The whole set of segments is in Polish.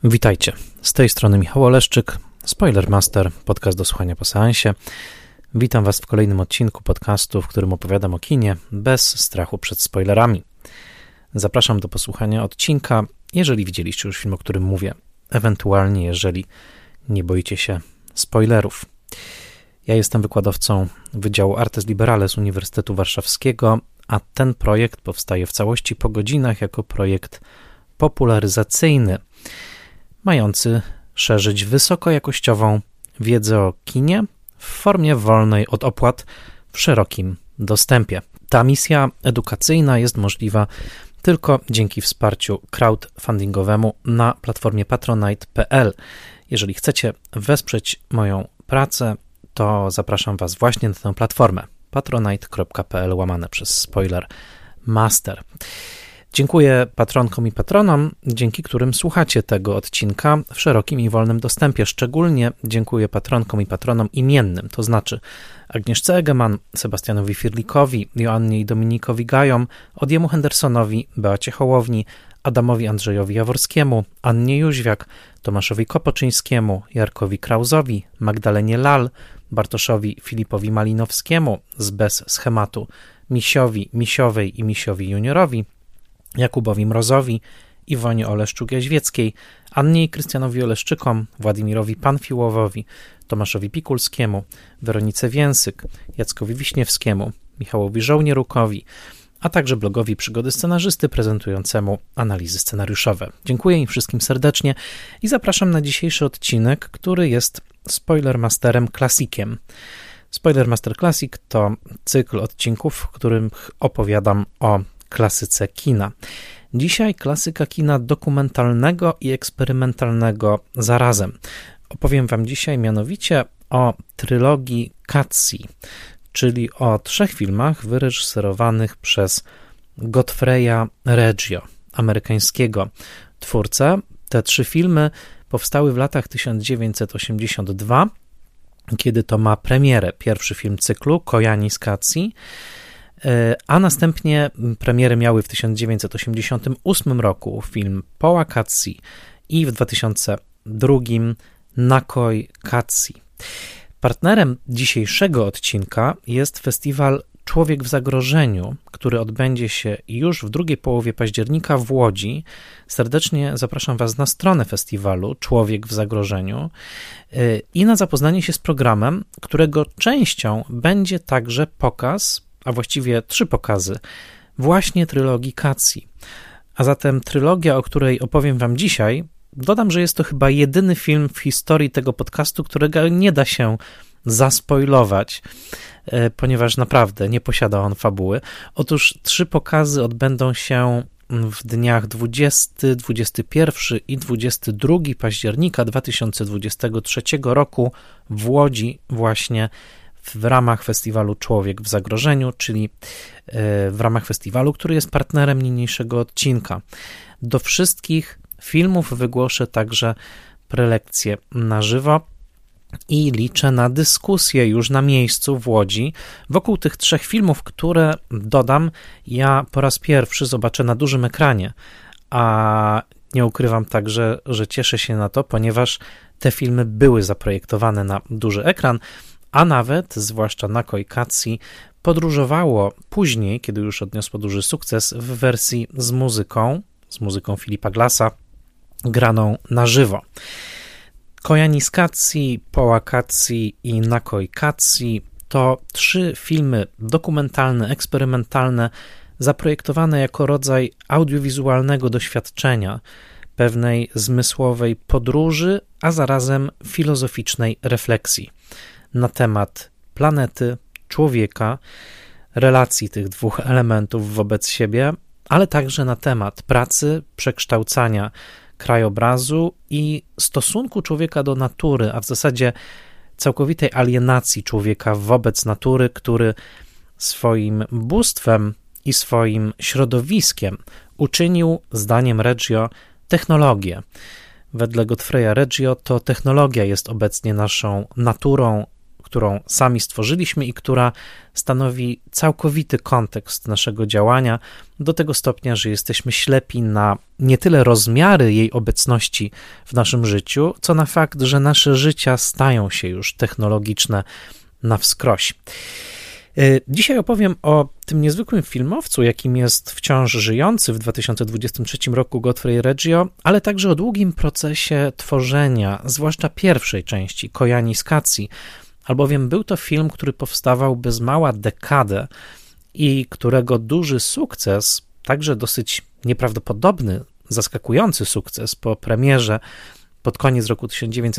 Witajcie, z tej strony Michał Oleszczyk, Spoilermaster, podcast do słuchania po seansie. Witam Was w kolejnym odcinku podcastu, w którym opowiadam o kinie bez strachu przed spoilerami. Zapraszam do posłuchania odcinka, jeżeli widzieliście już film, o którym mówię, ewentualnie jeżeli nie boicie się spoilerów. Ja jestem wykładowcą Wydziału Artes Liberales Uniwersytetu Warszawskiego, a ten projekt powstaje w całości po godzinach jako projekt popularyzacyjny, mający szerzyć wysokojakościową wiedzę o kinie w formie wolnej od opłat w szerokim dostępie. Ta misja edukacyjna jest możliwa tylko dzięki wsparciu crowdfundingowemu na platformie patronite.pl. Jeżeli chcecie wesprzeć moją pracę, to zapraszam Was właśnie na tę platformę patronite.pl/spoilermaster. Dziękuję patronkom i patronom, dzięki którym słuchacie tego odcinka w szerokim i wolnym dostępie. Szczególnie dziękuję patronkom i patronom imiennym, to znaczy Agnieszce Egeman, Sebastianowi Firlikowi, Joannie i Dominikowi Gajom, Odiemu Hendersonowi, Beacie Hołowni, Adamowi Andrzejowi Jaworskiemu, Annie Jóźwiak, Tomaszowi Kopoczyńskiemu, Jarkowi Krauzowi, Magdalenie Lal, Bartoszowi Filipowi Malinowskiemu z Bez Schematu, Misiowi, Misiowej i Misiowi Juniorowi, Jakubowi Mrozowi, Iwonie Oleszczuk-Jaźwieckiej, Annie i Krystianowi Oleszczykom, Władimirowi Panfiłowowi, Tomaszowi Pikulskiemu, Weronice Więsyk, Jackowi Wiśniewskiemu, Michałowi Żołnierukowi, a także blogowi Przygody Scenarzysty prezentującemu analizy scenariuszowe. Dziękuję im wszystkim serdecznie i zapraszam na dzisiejszy odcinek, który jest Spoilermasterem Classiciem. Spoilermaster Classic to cykl odcinków, w którym opowiadam o klasyce kina. Dzisiaj klasyka kina dokumentalnego i eksperymentalnego zarazem. Opowiem Wam dzisiaj mianowicie o trylogii Cazzi, czyli o 3 filmach wyreżyserowanych przez Godfreya Reggio, amerykańskiego twórcę. Te 3 filmy powstały w latach 1982, kiedy to ma premierę pierwszy film cyklu Kojanis z Cazzi, a następnie premiery miały w 1988 roku film Poła Cazzi i w 2002 Nakoj Cazzi. Partnerem dzisiejszego odcinka jest festiwal Człowiek w zagrożeniu, który odbędzie się już w drugiej połowie października w Łodzi. Serdecznie zapraszam Was na stronę festiwalu Człowiek w zagrożeniu i na zapoznanie się z programem, którego częścią będzie także pokaz, a właściwie 3 pokazy, właśnie trylogii Cazzi. A zatem trylogia, o której opowiem Wam dzisiaj, dodam, że jest to chyba jedyny film w historii tego podcastu, którego nie da się zaspoilować, ponieważ naprawdę nie posiada on fabuły. Otóż 3 pokazy odbędą się w dniach 20, 21 i 22 października 2023 roku w Łodzi właśnie w ramach festiwalu Człowiek w zagrożeniu, czyli w ramach festiwalu, który jest partnerem niniejszego odcinka. Do wszystkich filmów wygłoszę także prelekcje na żywo i liczę na dyskusję już na miejscu w Łodzi wokół tych 3 filmów, które, dodam, ja po raz pierwszy zobaczę na dużym ekranie, a nie ukrywam także, że cieszę się na to, ponieważ te filmy były zaprojektowane na duży ekran, a nawet, zwłaszcza Nakoj Cazzi, podróżowało później, kiedy już odniosło duży sukces, w wersji z muzyką Philipa Glassa, graną na żywo. Kojanis Cazzi, Poła Cazzi i Nakoj Cazzi to 3 filmy dokumentalne, eksperymentalne, zaprojektowane jako rodzaj audiowizualnego doświadczenia, pewnej zmysłowej podróży, a zarazem filozoficznej refleksji na temat planety, człowieka, relacji tych 2 elementów wobec siebie, ale także na temat pracy, przekształcania krajobrazu i stosunku człowieka do natury, a w zasadzie całkowitej alienacji człowieka wobec natury, który swoim bóstwem i swoim środowiskiem uczynił, zdaniem Reggio, technologię. Wedle Godfreya Reggio to technologia jest obecnie naszą naturą, którą sami stworzyliśmy i która stanowi całkowity kontekst naszego działania do tego stopnia, że jesteśmy ślepi na nie tyle rozmiary jej obecności w naszym życiu, co na fakt, że nasze życia stają się już technologiczne na wskroś. Dzisiaj opowiem o tym niezwykłym filmowcu, jakim jest wciąż żyjący w 2023 roku Godfrey Reggio, ale także o długim procesie tworzenia, zwłaszcza pierwszej części Koyaanisqatsi, albowiem był to film, który powstawał bez mała dekadę i którego duży sukces, także dosyć nieprawdopodobny, zaskakujący sukces po premierze pod koniec roku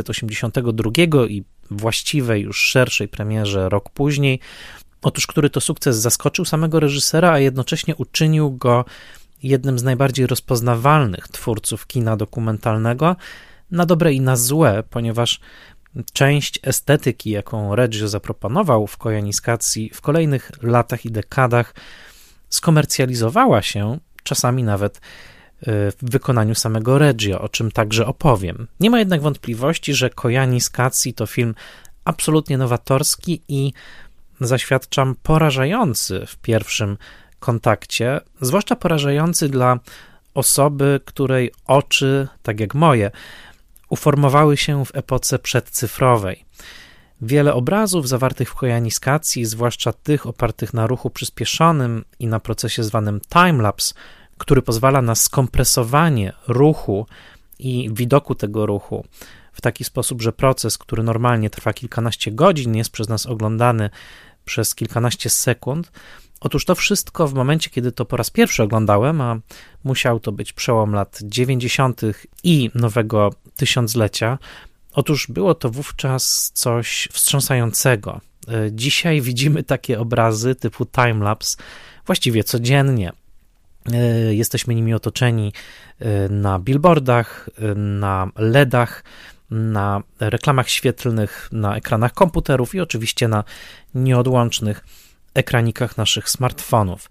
1982 i właściwej, już szerszej premierze rok później, otóż który to sukces zaskoczył samego reżysera, a jednocześnie uczynił go jednym z najbardziej rozpoznawalnych twórców kina dokumentalnego, na dobre i na złe, ponieważ część estetyki, jaką Reggio zaproponował w Koyaanisqatsi w kolejnych latach i dekadach, skomercjalizowała się, czasami nawet w wykonaniu samego Reggio, o czym także opowiem. Nie ma jednak wątpliwości, że Koyaanisqatsi to film absolutnie nowatorski i zaświadczam porażający w pierwszym kontakcie, zwłaszcza porażający dla osoby, której oczy, tak jak moje, uformowały się w epoce przedcyfrowej. Wiele obrazów zawartych w Koyaanisqatsi, zwłaszcza tych opartych na ruchu przyspieszonym i na procesie zwanym timelapse, który pozwala na skompresowanie ruchu i widoku tego ruchu w taki sposób, że proces, który normalnie trwa kilkanaście godzin, jest przez nas oglądany przez kilkanaście sekund. Otóż to wszystko w momencie, kiedy to po raz pierwszy oglądałem, a musiał to być przełom lat 90. i nowego tysiąclecia, otóż było to wówczas coś wstrząsającego. Dzisiaj widzimy takie obrazy typu timelapse właściwie codziennie. Jesteśmy nimi otoczeni na billboardach, na LEDach, na reklamach świetlnych, na ekranach komputerów i oczywiście na nieodłącznych ekranikach naszych smartfonów.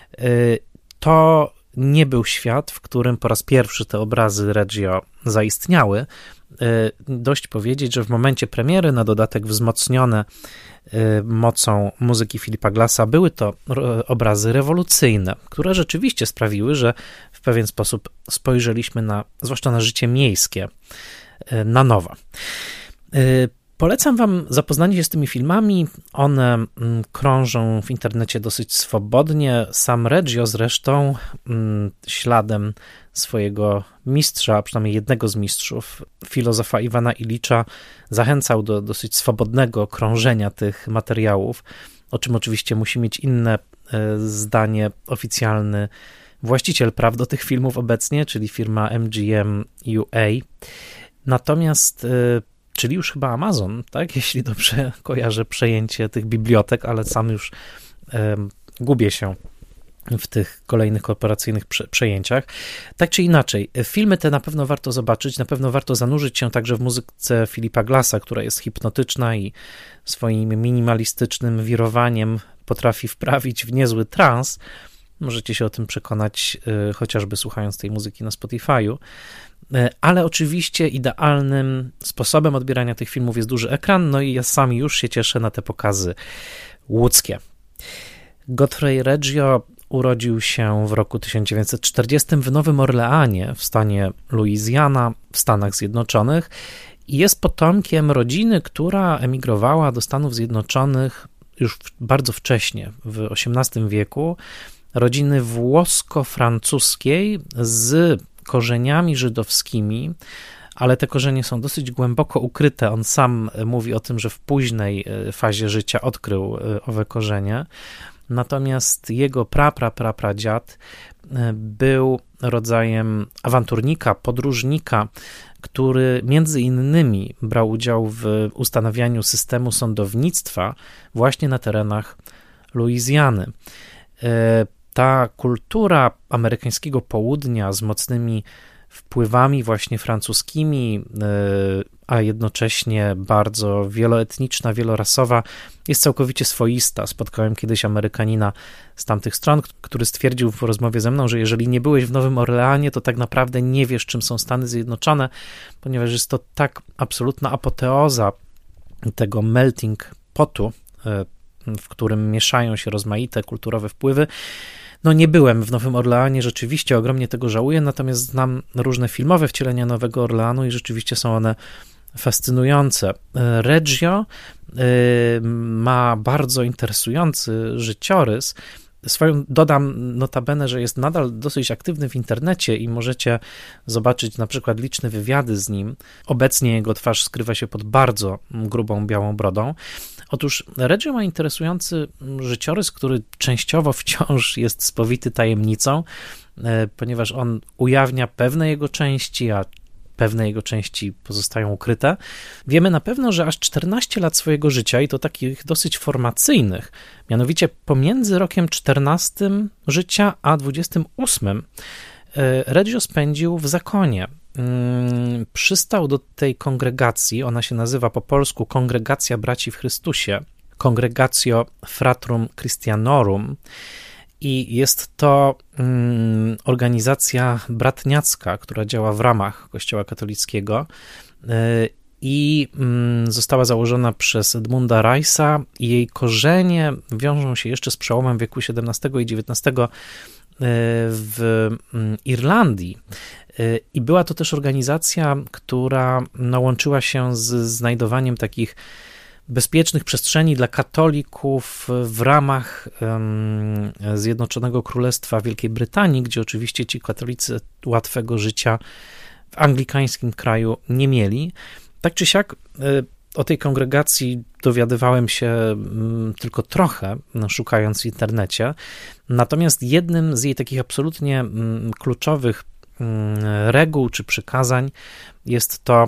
To nie był świat, w którym po raz pierwszy te obrazy Reggio zaistniały. Dość powiedzieć, że w momencie premiery, na dodatek wzmocnione mocą muzyki Philipa Glassa, były to obrazy rewolucyjne, które rzeczywiście sprawiły, że w pewien sposób spojrzeliśmy zwłaszcza na życie miejskie, na nowo. Polecam wam zapoznanie się z tymi filmami. One krążą w internecie dosyć swobodnie. Sam Reggio zresztą śladem swojego mistrza, a przynajmniej jednego z mistrzów, filozofa Iwana Ilicza, zachęcał do dosyć swobodnego krążenia tych materiałów, o czym oczywiście musi mieć inne zdanie oficjalny właściciel praw do tych filmów obecnie, czyli firma MGM UA. Natomiast czyli już chyba Amazon, tak? Jeśli dobrze kojarzę przejęcie tych bibliotek, ale sam już gubię się w tych kolejnych korporacyjnych przejęciach. Tak czy inaczej, filmy te na pewno warto zobaczyć, na pewno warto zanurzyć się także w muzyce Philipa Glassa, która jest hipnotyczna i swoim minimalistycznym wirowaniem potrafi wprawić w niezły trans. Możecie się o tym przekonać chociażby słuchając tej muzyki na Spotify'u. Ale oczywiście idealnym sposobem odbierania tych filmów jest duży ekran, no i ja sam już się cieszę na te pokazy łódzkie. Godfrey Reggio urodził się w roku 1940 w Nowym Orleanie w stanie Louisiana w Stanach Zjednoczonych i jest potomkiem rodziny, która emigrowała do Stanów Zjednoczonych już bardzo wcześnie, w XVIII wieku, rodziny włosko-francuskiej z korzeniami żydowskimi, ale te korzenie są dosyć głęboko ukryte. On sam mówi o tym, że w późnej fazie życia odkrył owe korzenie. Natomiast jego pradziad był rodzajem awanturnika, podróżnika, który między innymi brał udział w ustanawianiu systemu sądownictwa właśnie na terenach Luizjany. Ta kultura amerykańskiego południa z mocnymi wpływami właśnie francuskimi, a jednocześnie bardzo wieloetniczna, wielorasowa, jest całkowicie swoista. Spotkałem kiedyś Amerykanina z tamtych stron, który stwierdził w rozmowie ze mną, że jeżeli nie byłeś w Nowym Orleanie, to tak naprawdę nie wiesz, czym są Stany Zjednoczone, ponieważ jest to tak absolutna apoteoza tego melting potu, w którym mieszają się rozmaite kulturowe wpływy. No nie byłem w Nowym Orleanie, rzeczywiście ogromnie tego żałuję, natomiast znam różne filmowe wcielenia Nowego Orleanu i rzeczywiście są one fascynujące. Reggio ma bardzo interesujący życiorys. Dodam notabene, że jest nadal dosyć aktywny w internecie i możecie zobaczyć na przykład liczne wywiady z nim. Obecnie jego twarz skrywa się pod bardzo grubą, białą brodą. Otóż Reggio ma interesujący życiorys, który częściowo wciąż jest spowity tajemnicą, ponieważ on ujawnia pewne jego części, a pewne jego części pozostają ukryte. Wiemy na pewno, że aż 14 lat swojego życia, i to takich dosyć formacyjnych, mianowicie pomiędzy rokiem 14 życia a 28, Reggio spędził w zakonie. Przystał do tej kongregacji, ona się nazywa po polsku Kongregacja Braci w Chrystusie, Congregatio Fratrum Christianorum, i jest to organizacja bratniacka, która działa w ramach Kościoła katolickiego i została założona przez Edmunda Rice'a i jej korzenie wiążą się jeszcze z przełomem wieku XVII i XIX w Irlandii. I była to też organizacja, która łączyła się z znajdowaniem takich bezpiecznych przestrzeni dla katolików w ramach Zjednoczonego Królestwa Wielkiej Brytanii, gdzie oczywiście ci katolicy łatwego życia w anglikańskim kraju nie mieli. Tak czy siak o tej kongregacji dowiadywałem się tylko trochę, szukając w internecie. Natomiast jednym z jej takich absolutnie kluczowych reguł czy przykazań jest to,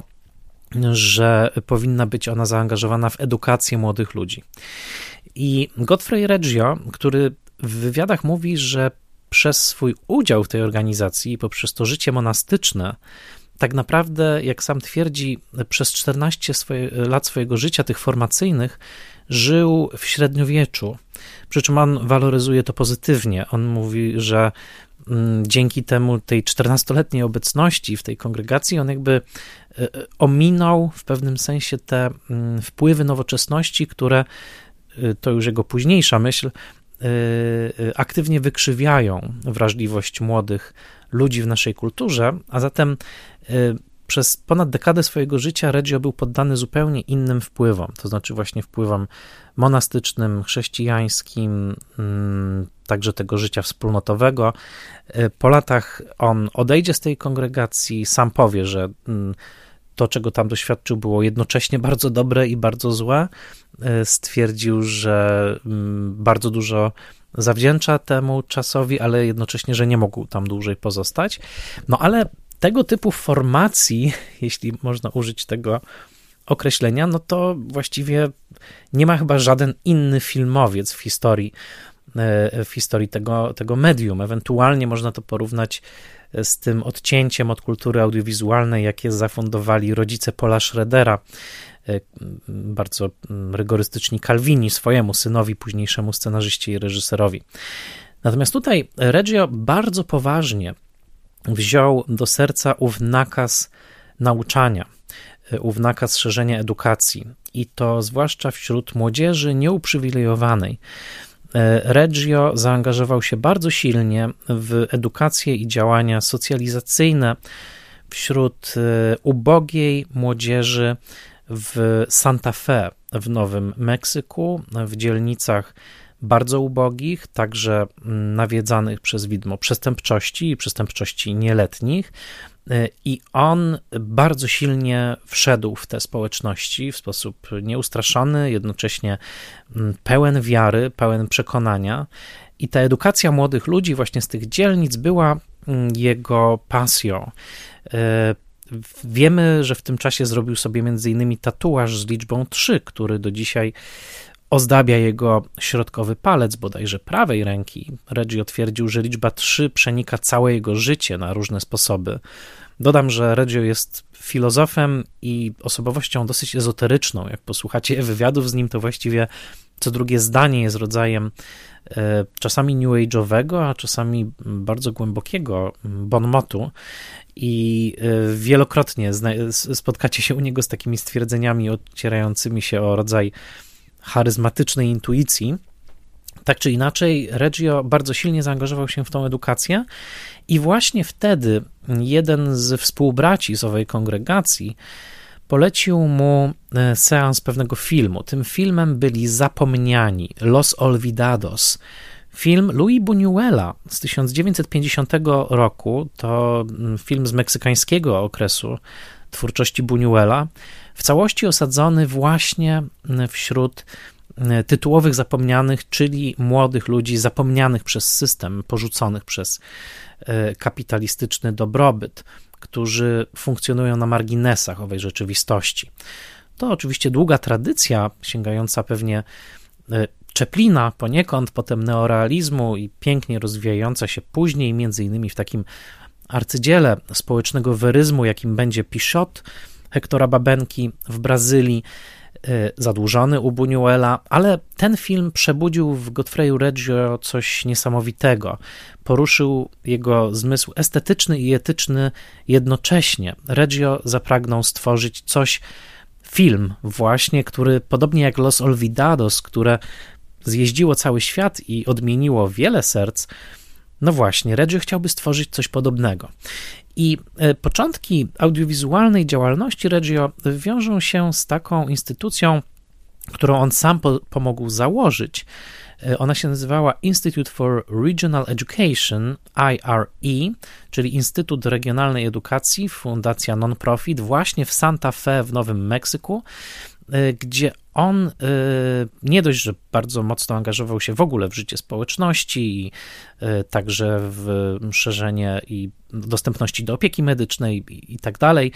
że powinna być ona zaangażowana w edukację młodych ludzi. I Godfrey Reggio, który w wywiadach mówi, że przez swój udział w tej organizacji i poprzez to życie monastyczne, tak naprawdę, jak sam twierdzi, przez 14 lat swojego życia, tych formacyjnych, żył w średniowieczu. Przy czym on waloryzuje to pozytywnie. On mówi, że dzięki temu, tej 14-letniej obecności w tej kongregacji, on jakby ominął w pewnym sensie te wpływy nowoczesności, które, to już jego późniejsza myśl, aktywnie wykrzywiają wrażliwość młodych ludzi w naszej kulturze, a zatem przez ponad dekadę swojego życia Reggio był poddany zupełnie innym wpływom, to znaczy właśnie wpływom monastycznym, chrześcijańskim, także tego życia wspólnotowego. Po latach on odejdzie z tej kongregacji, sam powie, że to, czego tam doświadczył, było jednocześnie bardzo dobre i bardzo złe. Stwierdził, że bardzo dużo zawdzięcza temu czasowi, ale jednocześnie, że nie mógł tam dłużej pozostać. No ale tego typu formacji, jeśli można użyć tego określenia, no to właściwie nie ma chyba żaden inny filmowiec w historii tego medium. Ewentualnie można to porównać z tym odcięciem od kultury audiowizualnej, jakie zafundowali rodzice Paula Schroedera, bardzo rygorystyczni Calvini, swojemu synowi, późniejszemu scenarzyście i reżyserowi. Natomiast tutaj Reggio bardzo poważnie wziął do serca ów nakaz nauczania, ów nakaz szerzenia edukacji i to zwłaszcza wśród młodzieży nieuprzywilejowanej. Reggio zaangażował się bardzo silnie w edukację i działania socjalizacyjne wśród ubogiej młodzieży w Santa Fe w Nowym Meksyku, w dzielnicach bardzo ubogich, także nawiedzanych przez widmo przestępczości i przestępczości nieletnich. I on bardzo silnie wszedł w te społeczności w sposób nieustraszony, jednocześnie pełen wiary, pełen przekonania. I ta edukacja młodych ludzi właśnie z tych dzielnic była jego pasją. Wiemy, że w tym czasie zrobił sobie m.in. tatuaż z liczbą 3, który do dzisiaj ozdabia jego środkowy palec, bodajże prawej ręki. Reggio twierdził, że liczba 3 przenika całe jego życie na różne sposoby. Dodam, że Reggio jest filozofem i osobowością dosyć ezoteryczną. Jak posłuchacie wywiadów z nim, to właściwie co drugie zdanie jest rodzajem czasami new age'owego, a czasami bardzo głębokiego bonmotu i wielokrotnie spotkacie się u niego z takimi stwierdzeniami ocierającymi się o rodzaj charyzmatycznej intuicji. Tak czy inaczej, Reggio bardzo silnie zaangażował się w tą edukację i właśnie wtedy jeden z współbraci z owej kongregacji polecił mu seans pewnego filmu. Tym filmem byli Zapomniani, Los Olvidados. Film Louis Buñuela z 1950 roku, to film z meksykańskiego okresu twórczości Buñuela, w całości osadzony właśnie wśród tytułowych zapomnianych, czyli młodych ludzi zapomnianych przez system, porzuconych przez kapitalistyczny dobrobyt, którzy funkcjonują na marginesach owej rzeczywistości. To oczywiście długa tradycja, sięgająca pewnie Chaplina poniekąd, potem neorealizmu i pięknie rozwijająca się później, między innymi w takim arcydziele społecznego weryzmu, jakim będzie Pichot Hektora Babenki w Brazylii, zadłużony u Buñuela, ale ten film przebudził w Godfreyu Reggio coś niesamowitego. Poruszył jego zmysł estetyczny i etyczny jednocześnie. Reggio zapragnął stworzyć film właśnie, który podobnie jak Los Olvidados, które zjeździło cały świat i odmieniło wiele serc, no właśnie, Reggio chciałby stworzyć coś podobnego. I początki audiowizualnej działalności Reggio wiążą się z taką instytucją, którą on sam pomógł założyć. Ona się nazywała Institute for Regional Education, IRE, czyli Instytut Regionalnej Edukacji, fundacja non-profit właśnie w Santa Fe w Nowym Meksyku, gdzie on nie dość, że bardzo mocno angażował się w ogóle w życie społeczności i także w szerzenie i dostępności do opieki medycznej i tak dalej.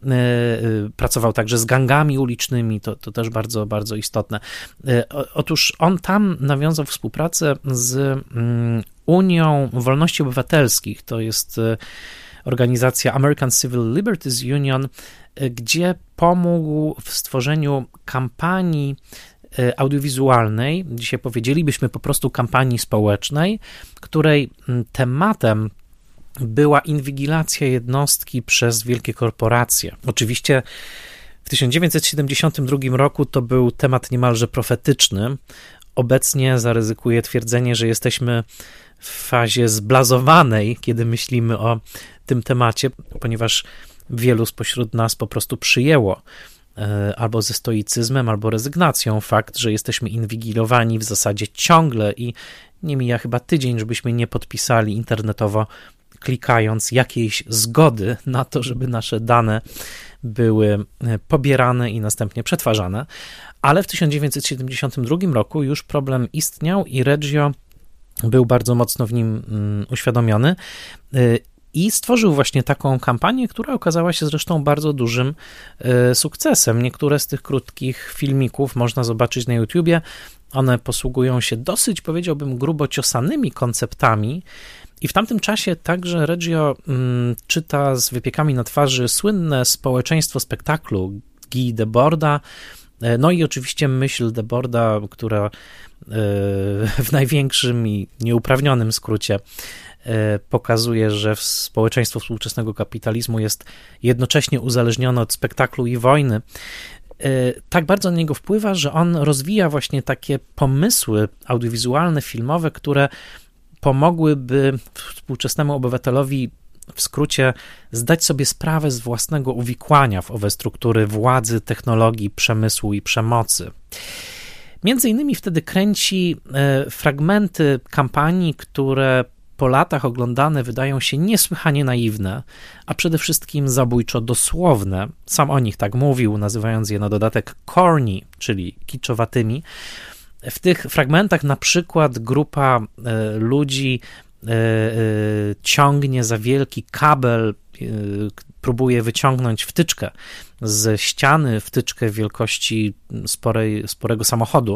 Pracował także z gangami ulicznymi, to też bardzo, bardzo istotne. Otóż on tam nawiązał współpracę z Unią Wolności Obywatelskich, to jest organizacja American Civil Liberties Union, gdzie pomógł w stworzeniu kampanii audiowizualnej, dzisiaj powiedzielibyśmy po prostu kampanii społecznej, której tematem była inwigilacja jednostki przez wielkie korporacje. Oczywiście w 1972 roku to był temat niemalże profetyczny. Obecnie zaryzykuję twierdzenie, że jesteśmy w fazie zblazowanej, kiedy myślimy o tym temacie, ponieważ wielu spośród nas po prostu przyjęło albo ze stoicyzmem, albo rezygnacją fakt, że jesteśmy inwigilowani w zasadzie ciągle i nie mija chyba tydzień, żebyśmy nie podpisali internetowo, klikając jakiejś zgody na to, żeby nasze dane były pobierane i następnie przetwarzane. Ale w 1972 roku już problem istniał i Reggio był bardzo mocno w nim uświadomiony i stworzył właśnie taką kampanię, która okazała się zresztą bardzo dużym sukcesem. Niektóre z tych krótkich filmików można zobaczyć na YouTubie. One posługują się dosyć, powiedziałbym, grubo ciosanymi konceptami i w tamtym czasie także Reggio czyta z wypiekami na twarzy słynne Społeczeństwo spektaklu Guy Deborda, no i oczywiście myśl Deborda, która w największym i nieuprawnionym skrócie pokazuje, że społeczeństwo współczesnego kapitalizmu jest jednocześnie uzależnione od spektaklu i wojny. Tak bardzo na niego wpływa, że on rozwija właśnie takie pomysły audiowizualne, filmowe, które pomogłyby współczesnemu obywatelowi w skrócie zdać sobie sprawę z własnego uwikłania w owe struktury władzy, technologii, przemysłu i przemocy. Między innymi wtedy kręci fragmenty kampanii, które po latach oglądane wydają się niesłychanie naiwne, a przede wszystkim zabójczo dosłowne. Sam o nich tak mówił, nazywając je na dodatek corny, czyli kiczowatymi. W tych fragmentach na przykład grupa ludzi ciągnie za wielki kabel, próbuje wyciągnąć wtyczkę z ściany, wtyczkę wielkości sporego samochodu,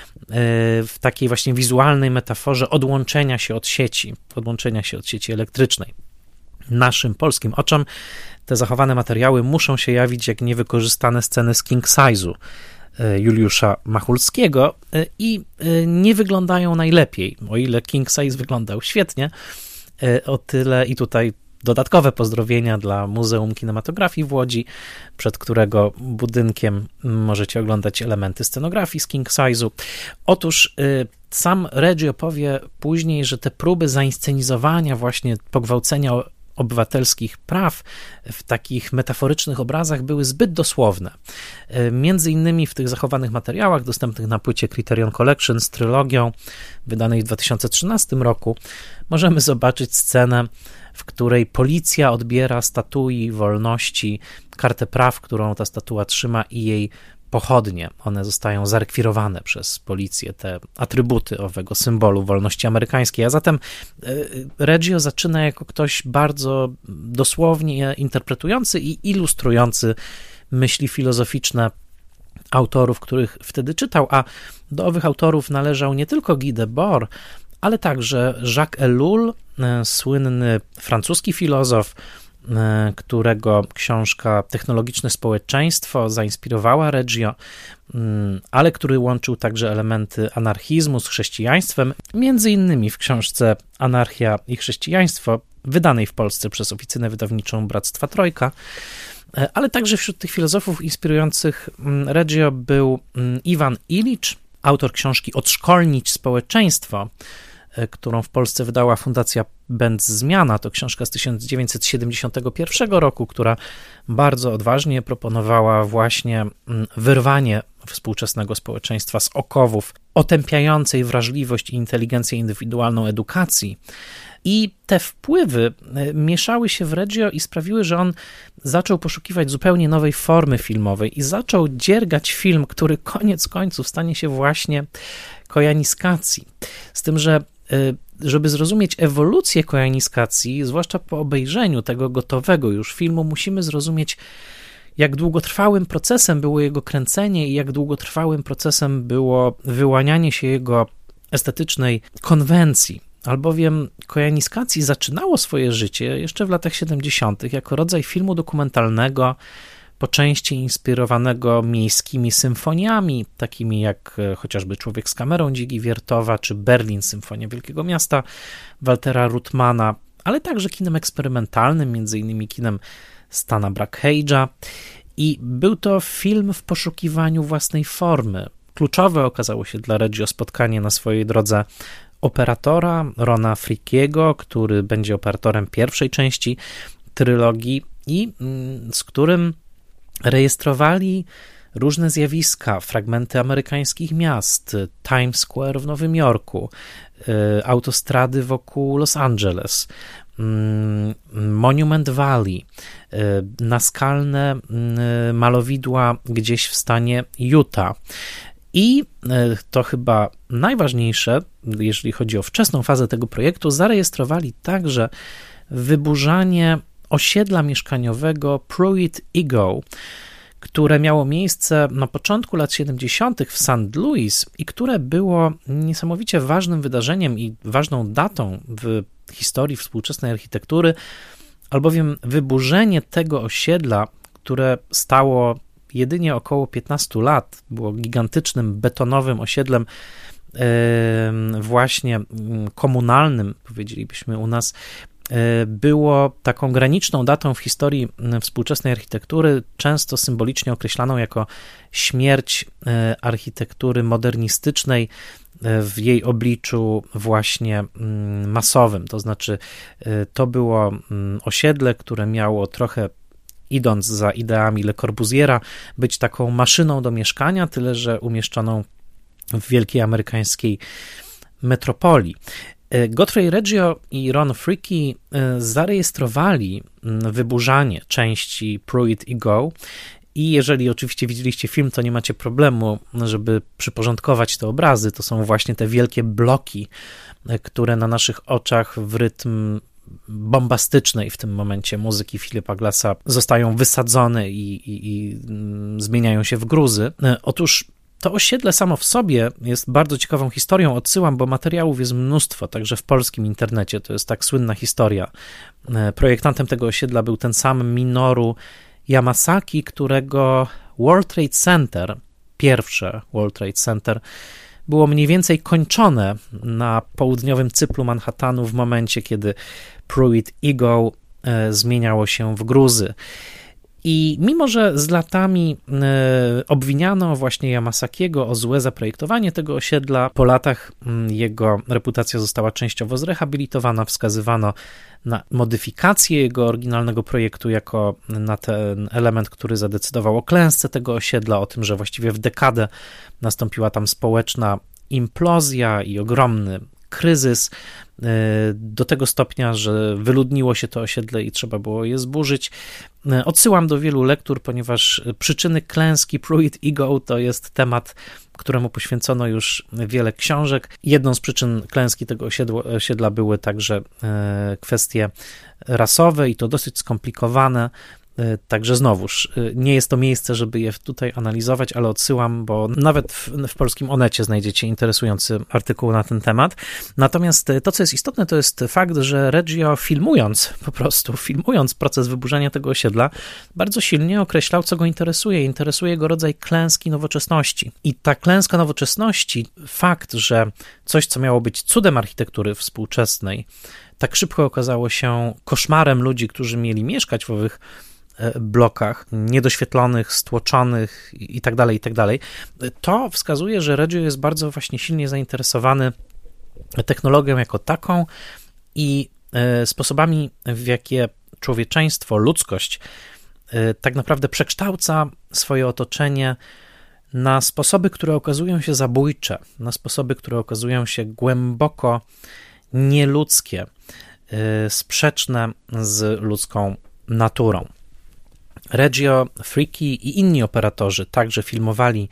w takiej właśnie wizualnej metaforze odłączenia się od sieci elektrycznej. Naszym polskim oczom te zachowane materiały muszą się jawić jak niewykorzystane sceny z King Size'u Juliusza Machulskiego i nie wyglądają najlepiej. O ile King Size wyglądał świetnie, o tyle i tutaj dodatkowe pozdrowienia dla Muzeum Kinematografii w Łodzi, przed którego budynkiem możecie oglądać elementy scenografii z King Size'u. Otóż sam Reggio powie później, że te próby zainscenizowania właśnie pogwałcenia obywatelskich praw w takich metaforycznych obrazach były zbyt dosłowne. Między innymi w tych zachowanych materiałach dostępnych na płycie Criterion Collection z trylogią wydanej w 2013 roku możemy zobaczyć scenę, w której policja odbiera statui wolności kartę praw, którą ta statua trzyma, i jej pochodnie. One zostają zarekwirowane przez policję, te atrybuty owego symbolu wolności amerykańskiej. A zatem Reggio zaczyna jako ktoś bardzo dosłownie interpretujący i ilustrujący myśli filozoficzne autorów, których wtedy czytał, a do owych autorów należał nie tylko Guy Debord, ale także Jacques Ellul, słynny francuski filozof, którego książka Technologiczne społeczeństwo zainspirowała Reggio, ale który łączył także elementy anarchizmu z chrześcijaństwem, między innymi w książce Anarchia i chrześcijaństwo, wydanej w Polsce przez oficynę wydawniczą Bractwa Trojka, ale także wśród tych filozofów inspirujących Reggio był Iwan Illicz, autor książki Odszkolnić społeczeństwo, którą w Polsce wydała Fundacja Benz Zmiana. To książka z 1971 roku, która bardzo odważnie proponowała właśnie wyrwanie współczesnego społeczeństwa z okowów otępiającej wrażliwość i inteligencję indywidualną edukacji. I te wpływy mieszały się w Reggio i sprawiły, że on zaczął poszukiwać zupełnie nowej formy filmowej i zaczął dziergać film, który koniec końców stanie się właśnie kojaniscacji. Z tym, że żeby zrozumieć ewolucję kojaniscacji, zwłaszcza po obejrzeniu tego gotowego już filmu, musimy zrozumieć, jak długotrwałym procesem było jego kręcenie i jak długotrwałym procesem było wyłanianie się jego estetycznej konwencji. Albowiem kojaniscacji zaczynało swoje życie jeszcze w latach 70. jako rodzaj filmu dokumentalnego, po części inspirowanego miejskimi symfoniami, takimi jak chociażby Człowiek z kamerą Dzigi Wiertowa, czy Berlin, Symfonia Wielkiego Miasta Waltera Ruttmana, ale także kinem eksperymentalnym, między innymi kinem Stana Brackhage'a. I był to film w poszukiwaniu własnej formy. Kluczowe okazało się dla Reggio spotkanie na swojej drodze operatora Rona Frickiego, który będzie operatorem pierwszej części trylogii i z którym rejestrowali różne zjawiska, fragmenty amerykańskich miast, Times Square w Nowym Jorku, autostrady wokół Los Angeles, Monument Valley, naskalne malowidła gdzieś w stanie Utah. I to chyba najważniejsze, jeżeli chodzi o wczesną fazę tego projektu, zarejestrowali także wyburzanie osiedla mieszkaniowego Pruitt-Igoe, które miało miejsce na początku lat 70. w St. Louis i które było niesamowicie ważnym wydarzeniem i ważną datą w historii współczesnej architektury, albowiem wyburzenie tego osiedla, które stało jedynie około 15 lat, było gigantycznym betonowym osiedlem właśnie komunalnym, powiedzielibyśmy u nas, było taką graniczną datą w historii współczesnej architektury, często symbolicznie określaną jako śmierć architektury modernistycznej w jej obliczu właśnie masowym. To znaczy, to było osiedle, które miało trochę, idąc za ideami Le Corbusiera, być taką maszyną do mieszkania, tyle że umieszczoną w wielkiej amerykańskiej metropolii. Godfrey Reggio i Ron Fricke zarejestrowali wyburzanie części Pruitt-Igoe i jeżeli oczywiście widzieliście film, to nie macie problemu, żeby przyporządkować te obrazy. To są właśnie te wielkie bloki, które na naszych oczach w rytm bombastycznej w tym momencie muzyki Philipa Glassa zostają wysadzone i zmieniają się w gruzy. Otóż to osiedle samo w sobie jest bardzo ciekawą historią, odsyłam, bo materiałów jest mnóstwo, także w polskim internecie, to jest tak słynna historia. Projektantem tego osiedla był ten sam Minoru Yamasaki, którego World Trade Center, pierwsze World Trade Center, było mniej więcej kończone na południowym cyplu Manhattanu w momencie, kiedy Pruitt-Igoe zmieniało się w gruzy. I mimo, że z latami obwiniano właśnie Yamasakiego o złe zaprojektowanie tego osiedla, po latach jego reputacja została częściowo zrehabilitowana, wskazywano na modyfikację jego oryginalnego projektu jako na ten element, który zadecydował o klęsce tego osiedla, o tym, że właściwie w dekadę nastąpiła tam społeczna implozja i ogromny kryzys, do tego stopnia, że wyludniło się to osiedle i trzeba było je zburzyć. Odsyłam do wielu lektur, ponieważ przyczyny klęski Pruitt Ego to jest temat, któremu poświęcono już wiele książek. Jedną z przyczyn klęski tego osiedla były także kwestie rasowe i to dosyć skomplikowane. Także znowuż, nie jest to miejsce, żeby je tutaj analizować, ale odsyłam, bo nawet w polskim Onecie znajdziecie interesujący artykuł na ten temat. Natomiast to, co jest istotne, to jest fakt, że Reggio filmując proces wyburzenia tego osiedla, bardzo silnie określał, co go interesuje. Interesuje go rodzaj klęski nowoczesności. I ta klęska nowoczesności, fakt, że coś, co miało być cudem architektury współczesnej, tak szybko okazało się koszmarem ludzi, którzy mieli mieszkać w owych blokach niedoświetlonych, stłoczonych i tak dalej, to wskazuje, że Reggio jest bardzo właśnie silnie zainteresowany technologią jako taką i sposobami, w jakie człowieczeństwo, ludzkość tak naprawdę przekształca swoje otoczenie na sposoby, które okazują się zabójcze, na sposoby, które okazują się głęboko nieludzkie, sprzeczne z ludzką naturą. Reggio, Freaky i inni operatorzy także filmowali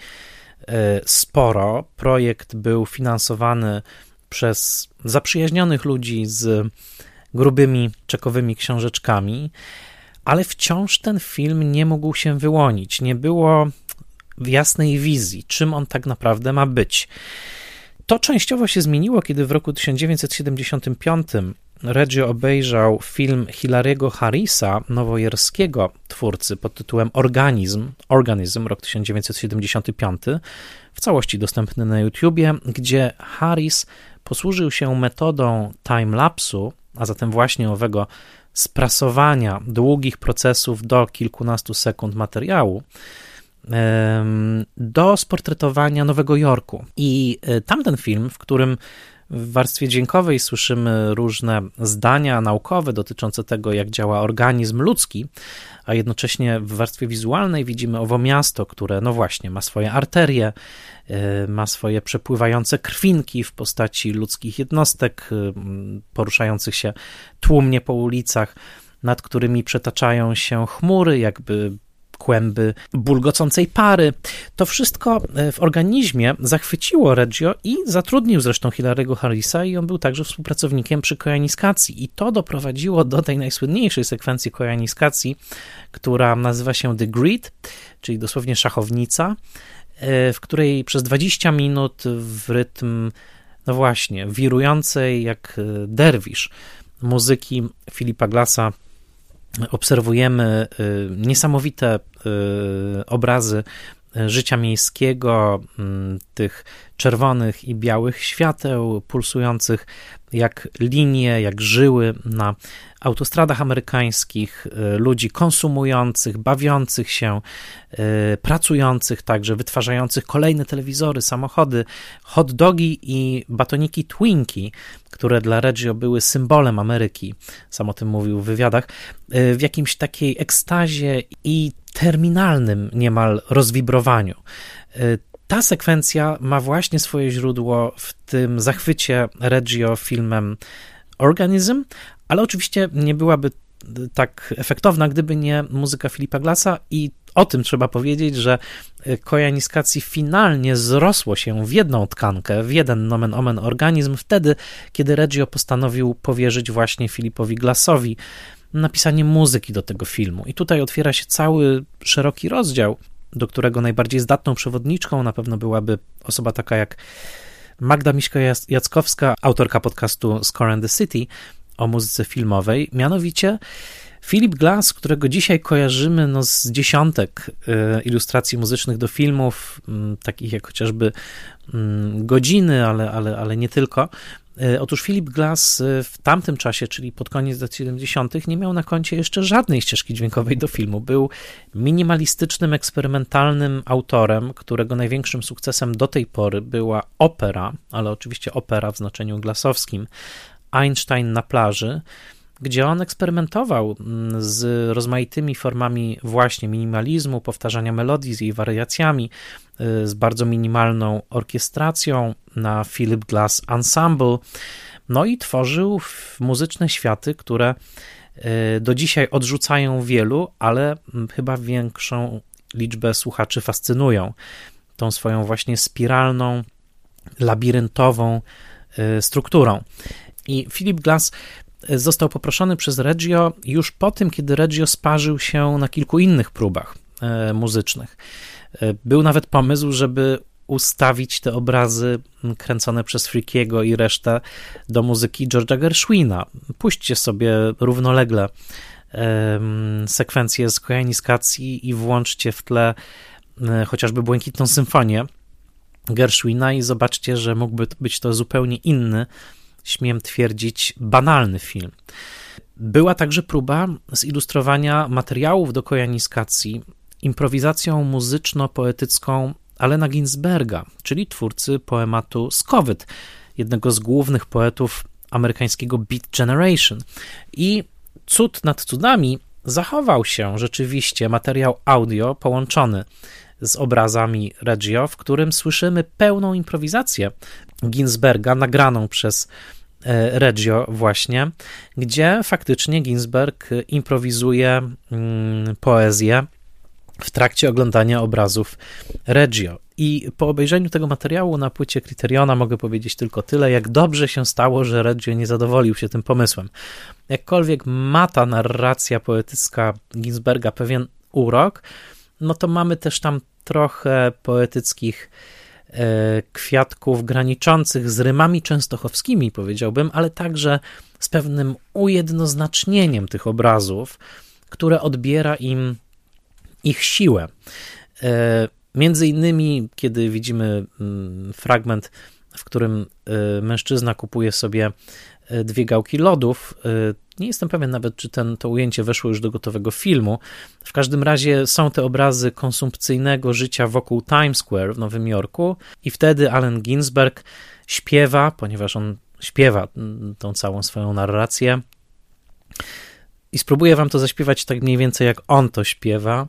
sporo. Projekt był finansowany przez zaprzyjaźnionych ludzi z grubymi czekowymi książeczkami, ale wciąż ten film nie mógł się wyłonić. Nie było jasnej wizji, czym on tak naprawdę ma być. To częściowo się zmieniło, kiedy w roku 1975 Reggio obejrzał film Hilary'ego Harrisa, nowojorskiego twórcy pod tytułem Organism, rok 1975, w całości dostępny na YouTubie, gdzie Harris posłużył się metodą timelapsu, a zatem właśnie owego sprasowania długich procesów do kilkunastu sekund materiału, do sportretowania Nowego Jorku. I tamten film, w którym w warstwie dźwiękowej słyszymy różne zdania naukowe dotyczące tego, jak działa organizm ludzki, a jednocześnie w warstwie wizualnej widzimy owo miasto, które no właśnie ma swoje arterie, ma swoje przepływające krwinki w postaci ludzkich jednostek poruszających się tłumnie po ulicach, nad którymi przetaczają się chmury, jakby kłęby bulgocącej pary. To wszystko w organizmie zachwyciło Reggio i zatrudnił zresztą Hilary'ego Harrisa i on był także współpracownikiem przy kojaniscacji i to doprowadziło do tej najsłynniejszej sekwencji kojaniscacji, która nazywa się The Grid, czyli dosłownie szachownica, w której przez 20 minut w rytm, no właśnie, wirującej jak derwisz muzyki Philipa Glassa obserwujemy niesamowite obrazy życia miejskiego, tych czerwonych i białych świateł pulsujących jak linie, jak żyły na autostradach amerykańskich, ludzi konsumujących, bawiących się, pracujących także, wytwarzających kolejne telewizory, samochody, hot dogi i batoniki Twinkie, które dla Reggio były symbolem Ameryki, sam o tym mówił w wywiadach, w jakimś takiej ekstazie i terminalnym niemal rozwibrowaniu. Ta sekwencja ma właśnie swoje źródło w tym zachwycie Reggio filmem Organism, ale oczywiście nie byłaby tak efektowna, gdyby nie muzyka Philipa Glassa i o tym trzeba powiedzieć, że kojaniscacji finalnie zrosło się w jedną tkankę, w jeden nomen omen organizm wtedy, kiedy Reggio postanowił powierzyć właśnie Philipowi Glassowi napisanie muzyki do tego filmu. I tutaj otwiera się cały szeroki rozdział, do którego najbardziej zdatną przewodniczką na pewno byłaby osoba taka jak Magda Miśko-Jackowska, autorka podcastu Score and the City o muzyce filmowej. Mianowicie Philip Glass, którego dzisiaj kojarzymy z dziesiątek ilustracji muzycznych do filmów, takich jak chociażby Godziny, ale nie tylko, Otóż Philip Glass w tamtym czasie, czyli pod koniec lat 70., nie miał na koncie jeszcze żadnej ścieżki dźwiękowej do filmu. Był minimalistycznym, eksperymentalnym autorem, którego największym sukcesem do tej pory była opera, ale oczywiście opera w znaczeniu glassowskim, Einstein na plaży, gdzie on eksperymentował z rozmaitymi formami właśnie minimalizmu, powtarzania melodii z jej wariacjami, z bardzo minimalną orkiestracją na Philip Glass Ensemble, no i tworzył muzyczne światy, które do dzisiaj odrzucają wielu, ale chyba większą liczbę słuchaczy fascynują tą swoją właśnie spiralną, labiryntową strukturą. I Philip Glass został poproszony przez Reggio już po tym, kiedy Reggio sparzył się na kilku innych próbach muzycznych. Był nawet pomysł, żeby ustawić te obrazy kręcone przez Frickiego i resztę do muzyki George'a Gershwina. Puśćcie sobie równolegle sekwencję z Kojaniscacji i włączcie w tle chociażby Błękitną Symfonię Gershwina i zobaczcie, że mógłby być to zupełnie inny, śmiem twierdzić, banalny film. Była także próba zilustrowania materiałów do Kojaniscacji improwizacją muzyczno-poetycką Allena Ginsberga, czyli twórcy poematu Skowyt, jednego z głównych poetów amerykańskiego Beat Generation. I cud nad cudami zachował się rzeczywiście materiał audio połączony z obrazami Reggio, w którym słyszymy pełną improwizację Ginsberga, nagraną przez Reggio właśnie, gdzie faktycznie Ginsberg improwizuje poezję w trakcie oglądania obrazów Reggio. I po obejrzeniu tego materiału na płycie Criteriona mogę powiedzieć tylko tyle, jak dobrze się stało, że Reggio nie zadowolił się tym pomysłem. Jakkolwiek ma ta narracja poetycka Ginsberga pewien urok, no to mamy też tam trochę poetyckich kwiatków graniczących z rymami częstochowskimi, powiedziałbym, ale także z pewnym ujednoznacznieniem tych obrazów, które odbiera im ich siłę. Między innymi, kiedy widzimy fragment, w którym mężczyzna kupuje sobie 2 gałki lodów, nie jestem pewien nawet, czy to ujęcie weszło już do gotowego filmu. W każdym razie są te obrazy konsumpcyjnego życia wokół Times Square w Nowym Jorku i wtedy Allen Ginsberg śpiewa, ponieważ on śpiewa tą całą swoją narrację i spróbuję wam to zaśpiewać tak mniej więcej jak on to śpiewa,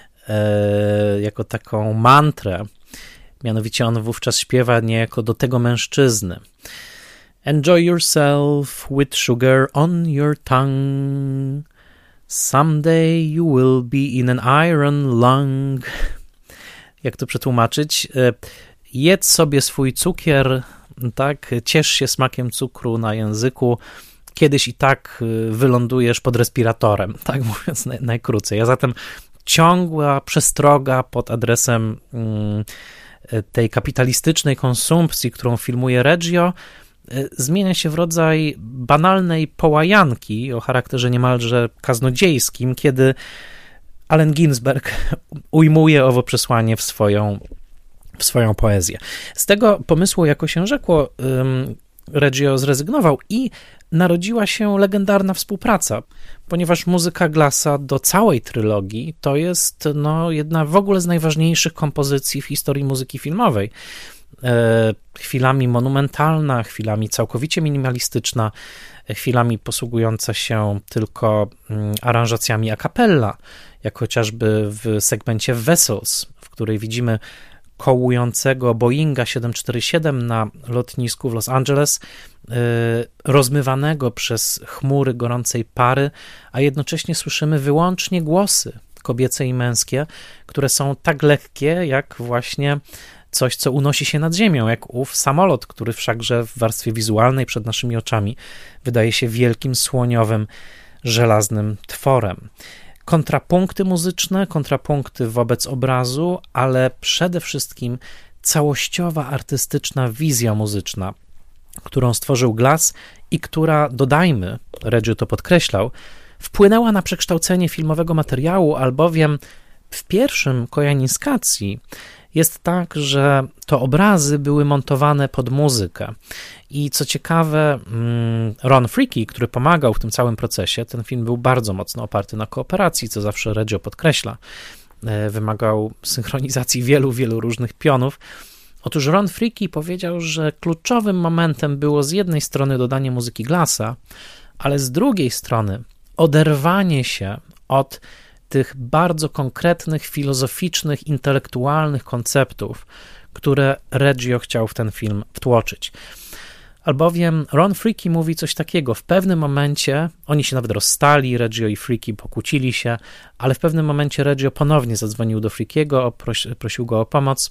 jako taką mantrę. Mianowicie on wówczas śpiewa niejako do tego mężczyzny. Enjoy yourself with sugar on your tongue. Someday you will be in an iron lung. Jak to przetłumaczyć? Jedz sobie swój cukier, tak? Ciesz się smakiem cukru na języku. Kiedyś i tak wylądujesz pod respiratorem, tak mówiąc najkrócej. A zatem ciągła przestroga pod adresem tej kapitalistycznej konsumpcji, którą filmuje Reggio, zmienia się w rodzaj banalnej połajanki o charakterze niemalże kaznodziejskim, kiedy Allen Ginsberg ujmuje owo przesłanie w swoją poezję. Z tego pomysłu, jako się rzekło, Reggio zrezygnował i narodziła się legendarna współpraca, ponieważ muzyka Glassa do całej trylogii to jest jedna w ogóle z najważniejszych kompozycji w historii muzyki filmowej. Chwilami monumentalna, chwilami całkowicie minimalistyczna, chwilami posługująca się tylko aranżacjami a cappella, jak chociażby w segmencie Vessels, w której widzimy kołującego Boeinga 747 na lotnisku w Los Angeles, rozmywanego przez chmury gorącej pary, a jednocześnie słyszymy wyłącznie głosy kobiece i męskie, które są tak lekkie, jak właśnie coś, co unosi się nad ziemią, jak ów samolot, który wszakże w warstwie wizualnej przed naszymi oczami wydaje się wielkim, słoniowym, żelaznym tworem. Kontrapunkty muzyczne, kontrapunkty wobec obrazu, ale przede wszystkim całościowa, artystyczna wizja muzyczna, którą stworzył Glass i która, dodajmy, Reggio to podkreślał, wpłynęła na przekształcenie filmowego materiału, albowiem w pierwszym Kojaniscacji jest tak, że to obrazy były montowane pod muzykę. I co ciekawe, Ron Fricke, który pomagał w tym całym procesie, ten film był bardzo mocno oparty na kooperacji, co zawsze Reggio podkreśla. Wymagał synchronizacji wielu różnych pionów. Otóż Ron Fricke powiedział, że kluczowym momentem było z jednej strony dodanie muzyki Glassa, ale z drugiej strony oderwanie się od tych bardzo konkretnych, filozoficznych, intelektualnych konceptów, które Reggio chciał w ten film wtłoczyć. Albowiem Ron Fricke mówi coś takiego, w pewnym momencie, oni się nawet rozstali, Reggio i Fricke pokłócili się, ale w pewnym momencie Reggio ponownie zadzwonił do Frickiego, prosił go o pomoc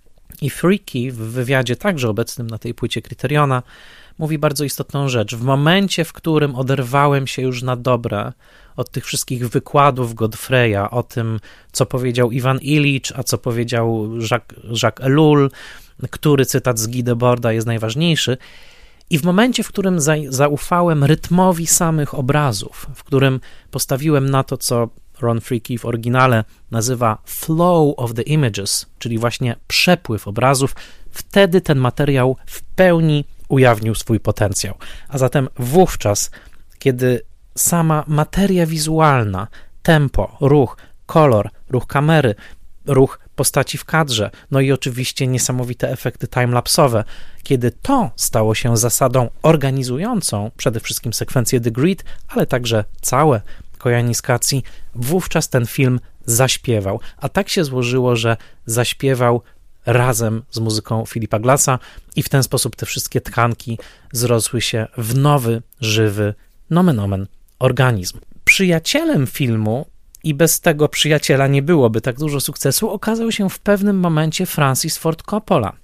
i Fricke w wywiadzie także obecnym na tej płycie Kryteriona mówi bardzo istotną rzecz. W momencie, w którym oderwałem się już na dobre od tych wszystkich wykładów Godfreya o tym, co powiedział Iwan Illich, a co powiedział Jacques Ellul, który cytat z Guy Deborda jest najważniejszy, i w momencie, w którym zaufałem rytmowi samych obrazów, w którym postawiłem na to, co Ron Fricke w oryginale nazywa flow of the images, czyli właśnie przepływ obrazów, wtedy ten materiał w pełni ujawnił swój potencjał. A zatem wówczas, kiedy sama materia wizualna, tempo, ruch, kolor, ruch kamery, ruch postaci w kadrze, no i oczywiście niesamowite efekty timelapsowe, kiedy to stało się zasadą organizującą przede wszystkim sekwencję The Grid, ale także całe Koyaanisqatsi, wówczas ten film zaśpiewał. A tak się złożyło, że zaśpiewał razem z muzyką Philipa Glassa i w ten sposób te wszystkie tkanki zrosły się w nowy, żywy, nomen omen, organizm. Przyjacielem filmu, i bez tego przyjaciela nie byłoby tak dużo sukcesu, okazał się w pewnym momencie Francis Ford Coppola.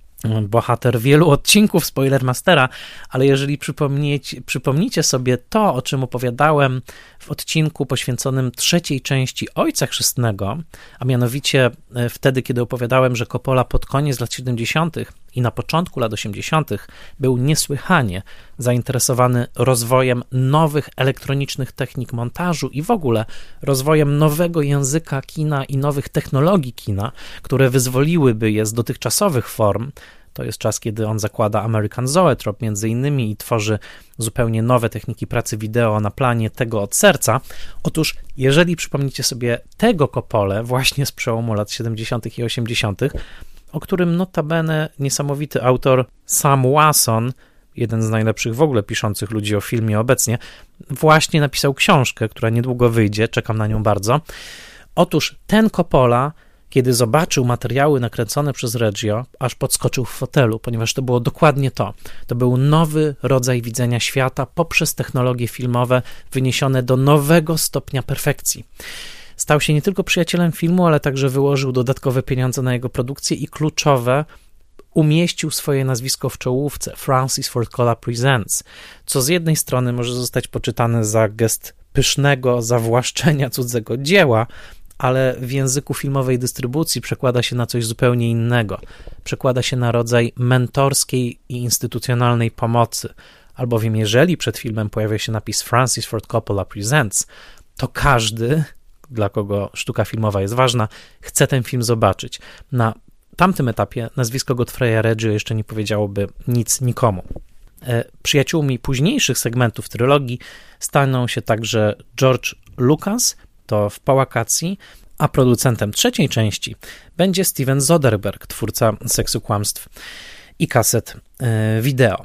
Bohater wielu odcinków Spoilermastera, ale jeżeli przypomnicie sobie to, o czym opowiadałem w odcinku poświęconym trzeciej części Ojca Chrzestnego, a mianowicie wtedy, kiedy opowiadałem, że Coppola pod koniec lat 70. i na początku lat 80. był niesłychanie zainteresowany rozwojem nowych elektronicznych technik montażu i w ogóle rozwojem nowego języka kina i nowych technologii kina, które wyzwoliłyby je z dotychczasowych form. To jest czas, kiedy on zakłada American Zoetrope między innymi i tworzy zupełnie nowe techniki pracy wideo na planie Tego od serca. Otóż, jeżeli przypomnicie sobie tego Coppolę właśnie z przełomu lat 70. i 80., o którym notabene niesamowity autor Sam Wasson, jeden z najlepszych w ogóle piszących ludzi o filmie obecnie, właśnie napisał książkę, która niedługo wyjdzie, czekam na nią bardzo. Otóż ten Coppola, kiedy zobaczył materiały nakręcone przez Reggio, aż podskoczył w fotelu, ponieważ to było dokładnie to. To był nowy rodzaj widzenia świata poprzez technologie filmowe wyniesione do nowego stopnia perfekcji. Stał się nie tylko przyjacielem filmu, ale także wyłożył dodatkowe pieniądze na jego produkcję i kluczowe, umieścił swoje nazwisko w czołówce Francis Ford Coppola Presents, co z jednej strony może zostać poczytane za gest pysznego zawłaszczenia cudzego dzieła, ale w języku filmowej dystrybucji przekłada się na coś zupełnie innego. Przekłada się na rodzaj mentorskiej i instytucjonalnej pomocy, albowiem jeżeli przed filmem pojawia się napis Francis Ford Coppola Presents, to każdy, dla kogo sztuka filmowa jest ważna, chce ten film zobaczyć. Na tamtym etapie nazwisko Godfreya Reggio jeszcze nie powiedziałoby nic nikomu. Przyjaciółmi późniejszych segmentów trylogii staną się także George Lucas, to w Pałakacji, a producentem trzeciej części będzie Steven Soderbergh, twórca Seksu, kłamstw i kaset wideo.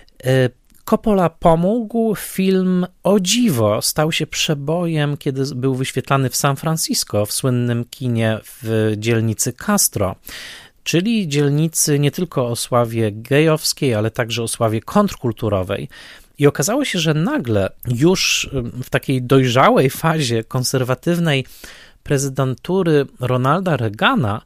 Coppola pomógł, film o dziwo stał się przebojem, kiedy był wyświetlany w San Francisco, w słynnym kinie w dzielnicy Castro, czyli dzielnicy nie tylko o sławie gejowskiej, ale także o sławie kontrkulturowej. I okazało się, że nagle już w takiej dojrzałej fazie konserwatywnej prezydentury Ronalda Reagana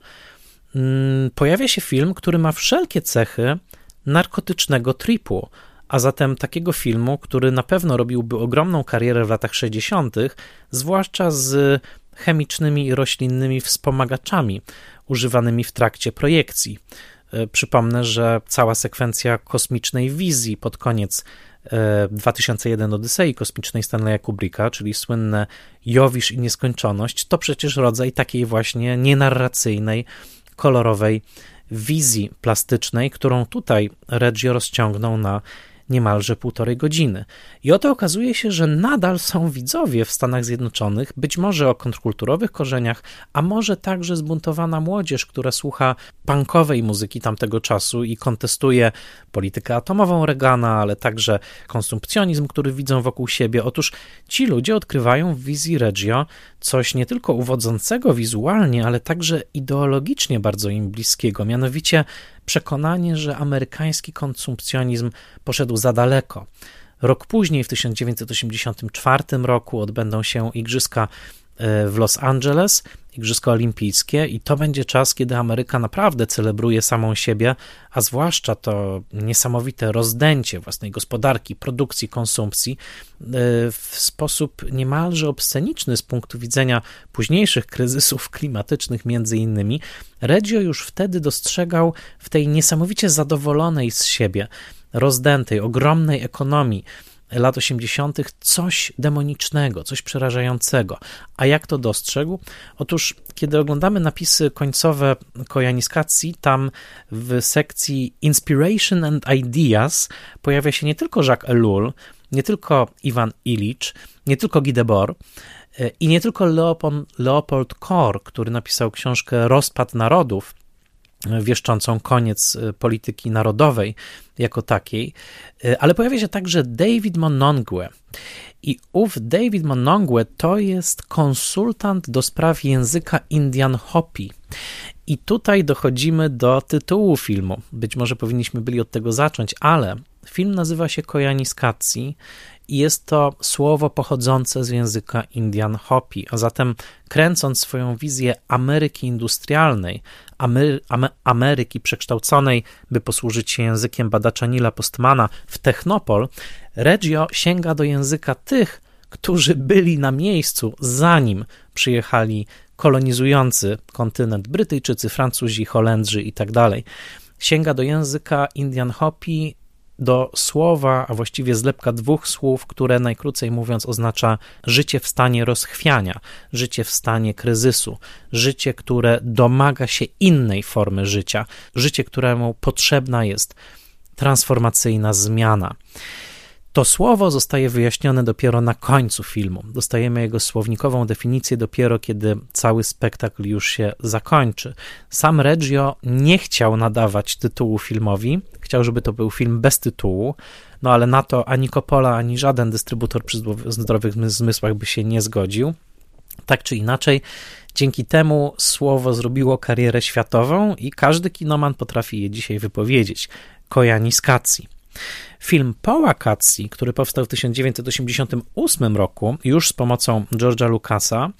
pojawia się film, który ma wszelkie cechy narkotycznego tripu, a zatem takiego filmu, który na pewno robiłby ogromną karierę w latach 60., zwłaszcza z chemicznymi i roślinnymi wspomagaczami używanymi w trakcie projekcji. Przypomnę, że cała sekwencja kosmicznej wizji pod koniec 2001 Odysei kosmicznej Stanleya Kubricka, czyli słynne Jowisz i nieskończoność, to przecież rodzaj takiej właśnie nienarracyjnej, kolorowej wizji plastycznej, którą tutaj Reggio rozciągnął na niemalże 1,5 godziny. I oto okazuje się, że nadal są widzowie w Stanach Zjednoczonych, być może o kontrkulturowych korzeniach, a może także zbuntowana młodzież, która słucha punkowej muzyki tamtego czasu i kontestuje politykę atomową Reagana, ale także konsumpcjonizm, który widzą wokół siebie. Otóż ci ludzie odkrywają w wizji Reggio coś nie tylko uwodzącego wizualnie, ale także ideologicznie bardzo im bliskiego, mianowicie przekonanie, że amerykański konsumpcjonizm poszedł za daleko. Rok później, w 1984 roku, odbędą się igrzyska w Los Angeles, igrzyska olimpijskie, i to będzie czas, kiedy Ameryka naprawdę celebruje samą siebie, a zwłaszcza to niesamowite rozdęcie własnej gospodarki, produkcji, konsumpcji w sposób niemalże obsceniczny z punktu widzenia późniejszych kryzysów klimatycznych między innymi. Reggio już wtedy dostrzegał w tej niesamowicie zadowolonej z siebie, rozdętej, ogromnej ekonomii lat 80. coś demonicznego, coś przerażającego. A jak to dostrzegł? Otóż, kiedy oglądamy napisy końcowe Koyaanisqatsi, tam w sekcji Inspiration and Ideas pojawia się nie tylko Jacques Ellul, nie tylko Iwan Illich, nie tylko Guy Debord i nie tylko Leopold Kohr, który napisał książkę Rozpad narodów, wieszczącą koniec polityki narodowej jako takiej, ale pojawia się także David Monongue. I ów David Monongue to jest konsultant do spraw języka Indian Hopi. I tutaj dochodzimy do tytułu filmu. Być może powinniśmy byli od tego zacząć, ale film nazywa się Koyaanisqatsi i jest to słowo pochodzące z języka Indian Hopi, a zatem kręcąc swoją wizję Ameryki industrialnej, Ameryki przekształconej, by posłużyć się językiem badacza Nila Postmana, w Technopol, Reggio sięga do języka tych, którzy byli na miejscu, zanim przyjechali kolonizujący kontynent Brytyjczycy, Francuzi, Holendrzy i tak dalej. Sięga do języka Indian Hopi, do słowa, a właściwie zlepka 2 słów, które najkrócej mówiąc oznacza życie w stanie rozchwiania, życie w stanie kryzysu, życie, które domaga się innej formy życia, życie, któremu potrzebna jest transformacyjna zmiana. To słowo zostaje wyjaśnione dopiero na końcu filmu. Dostajemy jego słownikową definicję dopiero, kiedy cały spektakl już się zakończy. Sam Reggio nie chciał nadawać tytułu filmowi, chciał, żeby to był film bez tytułu, no ale na to ani Coppola, ani żaden dystrybutor przy zdrowych zmysłach by się nie zgodził. Tak czy inaczej, dzięki temu słowo zrobiło karierę światową i każdy kinoman potrafi je dzisiaj wypowiedzieć. Koyaanisqatsi. Film Powakatsi, który powstał w 1988 roku, już z pomocą George'a Lucasa,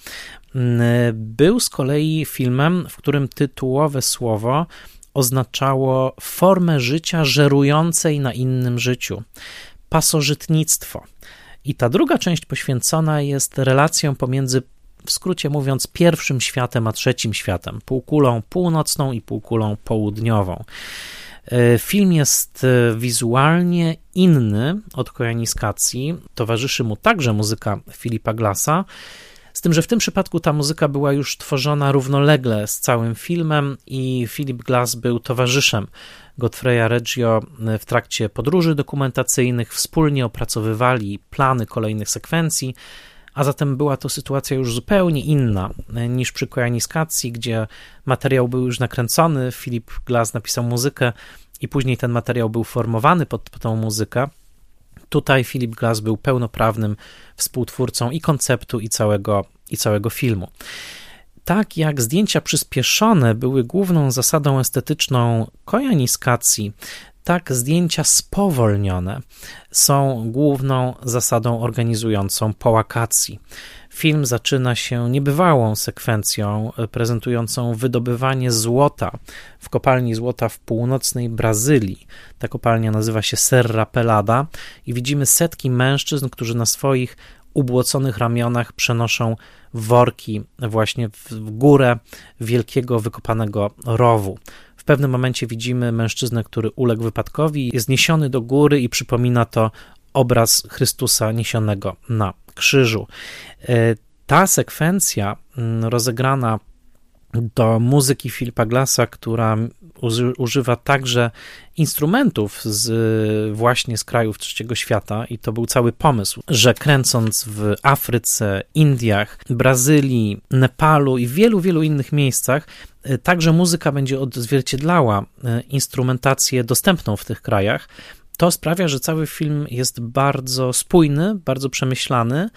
był z kolei filmem, w którym tytułowe słowo oznaczało formę życia żerującej na innym życiu, pasożytnictwo. I ta druga część poświęcona jest relacją pomiędzy, w skrócie mówiąc, pierwszym światem a trzecim światem, półkulą północną i półkulą południową. Film jest wizualnie inny od Koyaanisqatsi, towarzyszy mu także muzyka Philipa Glassa, z tym, że w tym przypadku ta muzyka była już tworzona równolegle z całym filmem i Philip Glass był towarzyszem Godfreya Reggio w trakcie podróży dokumentacyjnych, wspólnie opracowywali plany kolejnych sekwencji, a zatem była to sytuacja już zupełnie inna niż przy Koyaanisqatsi, gdzie materiał był już nakręcony, Philip Glass napisał muzykę i później ten materiał był formowany pod tą muzykę. Tutaj Philip Glass był pełnoprawnym współtwórcą i konceptu, i całego filmu. Tak jak zdjęcia przyspieszone były główną zasadą estetyczną Koyaanisqatsi, tak zdjęcia spowolnione są główną zasadą organizującą Powakatsi. Film zaczyna się niebywałą sekwencją prezentującą wydobywanie złota w kopalni złota w północnej Brazylii. Ta kopalnia nazywa się Serra Pelada i widzimy setki mężczyzn, którzy na swoich ubłoconych ramionach przenoszą worki właśnie w górę wielkiego wykopanego rowu. W pewnym momencie widzimy mężczyznę, który uległ wypadkowi, jest niesiony do góry i przypomina to obraz Chrystusa niesionego na krzyżu. Ta sekwencja rozegrana do muzyki Philipa Glassa, która używa także instrumentów właśnie z krajów trzeciego świata i to był cały pomysł, że kręcąc w Afryce, Indiach, Brazylii, Nepalu i wielu, wielu innych miejscach, także muzyka będzie odzwierciedlała instrumentację dostępną w tych krajach. To sprawia, że cały film jest bardzo spójny, bardzo przemyślany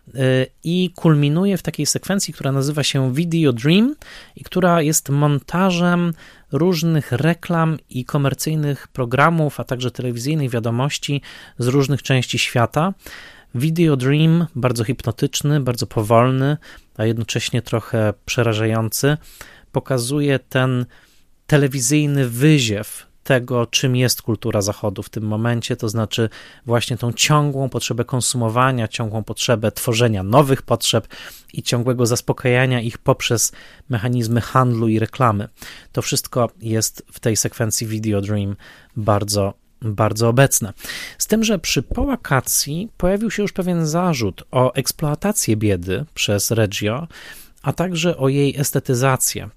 i kulminuje w takiej sekwencji, która nazywa się Video Dream i która jest montażem różnych reklam i komercyjnych programów, a także telewizyjnych wiadomości z różnych części świata. Video Dream, bardzo hipnotyczny, bardzo powolny, a jednocześnie trochę przerażający, pokazuje ten telewizyjny wyziew tego, czym jest kultura Zachodu w tym momencie, to znaczy właśnie tą ciągłą potrzebę konsumowania, ciągłą potrzebę tworzenia nowych potrzeb i ciągłego zaspokajania ich poprzez mechanizmy handlu i reklamy. To wszystko jest w tej sekwencji Video Dream bardzo, bardzo obecne. Z tym, że przy Połakacji pojawił się już pewien zarzut o eksploatację biedy przez Reggio, a także o jej estetyzację.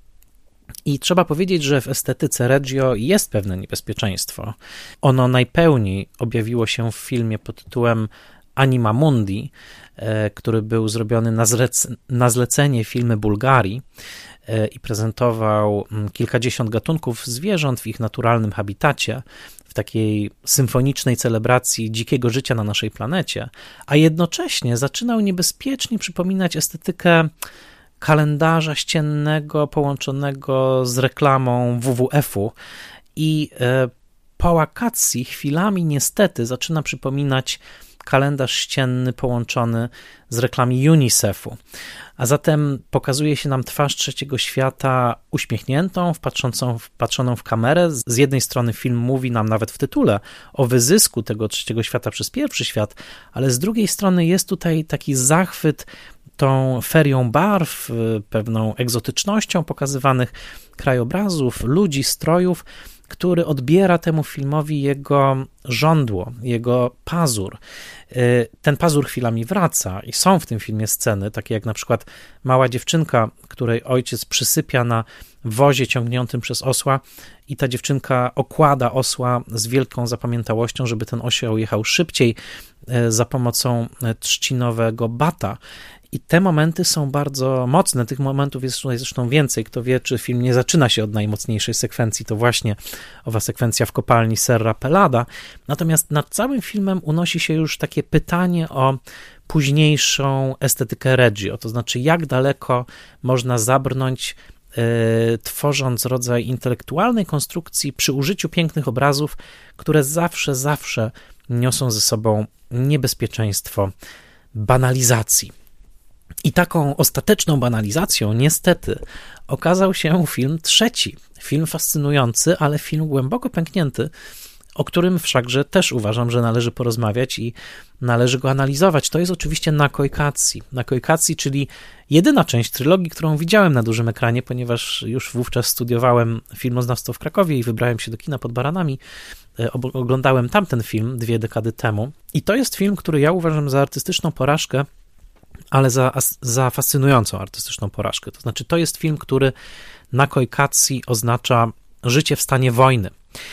I trzeba powiedzieć, że w estetyce Reggio jest pewne niebezpieczeństwo. Ono najpełniej objawiło się w filmie pod tytułem Anima Mundi, który był zrobiony na zlecenie Filmy Bułgarii i prezentował kilkadziesiąt gatunków zwierząt w ich naturalnym habitacie, w takiej symfonicznej celebracji dzikiego życia na naszej planecie, a jednocześnie zaczynał niebezpiecznie przypominać estetykę kalendarza ściennego połączonego z reklamą WWF-u i po Wakacji chwilami niestety zaczyna przypominać kalendarz ścienny połączony z reklamami UNICEF-u. A zatem pokazuje się nam twarz trzeciego świata uśmiechniętą, wpatrzoną w kamerę. Z jednej strony film mówi nam nawet w tytule o wyzysku tego trzeciego świata przez pierwszy świat, ale z drugiej strony jest tutaj taki zachwyt tą ferią barw, pewną egzotycznością pokazywanych krajobrazów, ludzi, strojów, który odbiera temu filmowi jego żądło, jego pazur. Ten pazur chwilami wraca i są w tym filmie sceny, takie jak na przykład mała dziewczynka, której ojciec przysypia na wozie ciągniętym przez osła i ta dziewczynka okłada osła z wielką zapamiętałością, żeby ten osioł jechał szybciej za pomocą trzcinowego bata. I te momenty są bardzo mocne, tych momentów jest tutaj zresztą więcej. Kto wie, czy film nie zaczyna się od najmocniejszej sekwencji, to właśnie owa sekwencja w kopalni Serra Pelada. Natomiast nad całym filmem unosi się już takie pytanie o późniejszą estetykę Reggio, to znaczy jak daleko można zabrnąć, tworząc rodzaj intelektualnej konstrukcji przy użyciu pięknych obrazów, które zawsze niosą ze sobą niebezpieczeństwo banalizacji. I taką ostateczną banalizacją niestety okazał się film trzeci. Film fascynujący, ale film głęboko pęknięty, o którym wszakże też uważam, że należy porozmawiać i należy go analizować. To jest oczywiście Na Kojkacji, czyli jedyna część trylogii, którą widziałem na dużym ekranie, ponieważ już wówczas studiowałem filmoznawstwo w Krakowie i wybrałem się do kina pod Baranami. Oglądałem tamten film 2 dekady temu i to jest film, który ja uważam za artystyczną porażkę, ale za fascynującą artystyczną porażkę. To znaczy, to jest film, który Na Kojkacji oznacza życie w stanie wojny.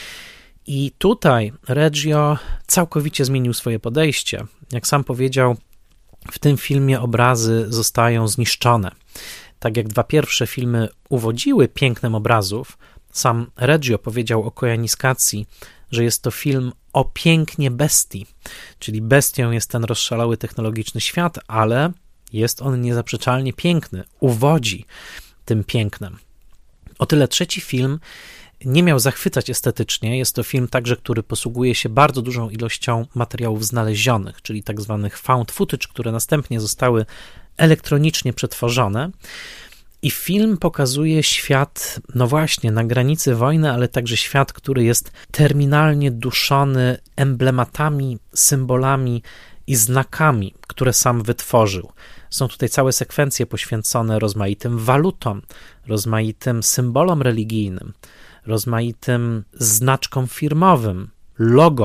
I tutaj Reggio całkowicie zmienił swoje podejście. Jak sam powiedział, w tym filmie obrazy zostają zniszczone. Tak jak 2 pierwsze filmy uwodziły pięknem obrazów, sam Reggio powiedział o Koyaanisqatsi, że jest to film o pięknie bestii, czyli bestią jest ten rozszalały technologiczny świat, ale jest on niezaprzeczalnie piękny, uwodzi tym pięknem. O tyle trzeci film nie miał zachwycać estetycznie, jest to film także, który posługuje się bardzo dużą ilością materiałów znalezionych, czyli tak zwanych found footage, które następnie zostały elektronicznie przetworzone. I film pokazuje świat, no właśnie, na granicy wojny, ale także świat, który jest terminalnie duszony emblematami, symbolami i znakami, które sam wytworzył. Są tutaj całe sekwencje poświęcone rozmaitym walutom, rozmaitym symbolom religijnym, rozmaitym znaczkom firmowym, logom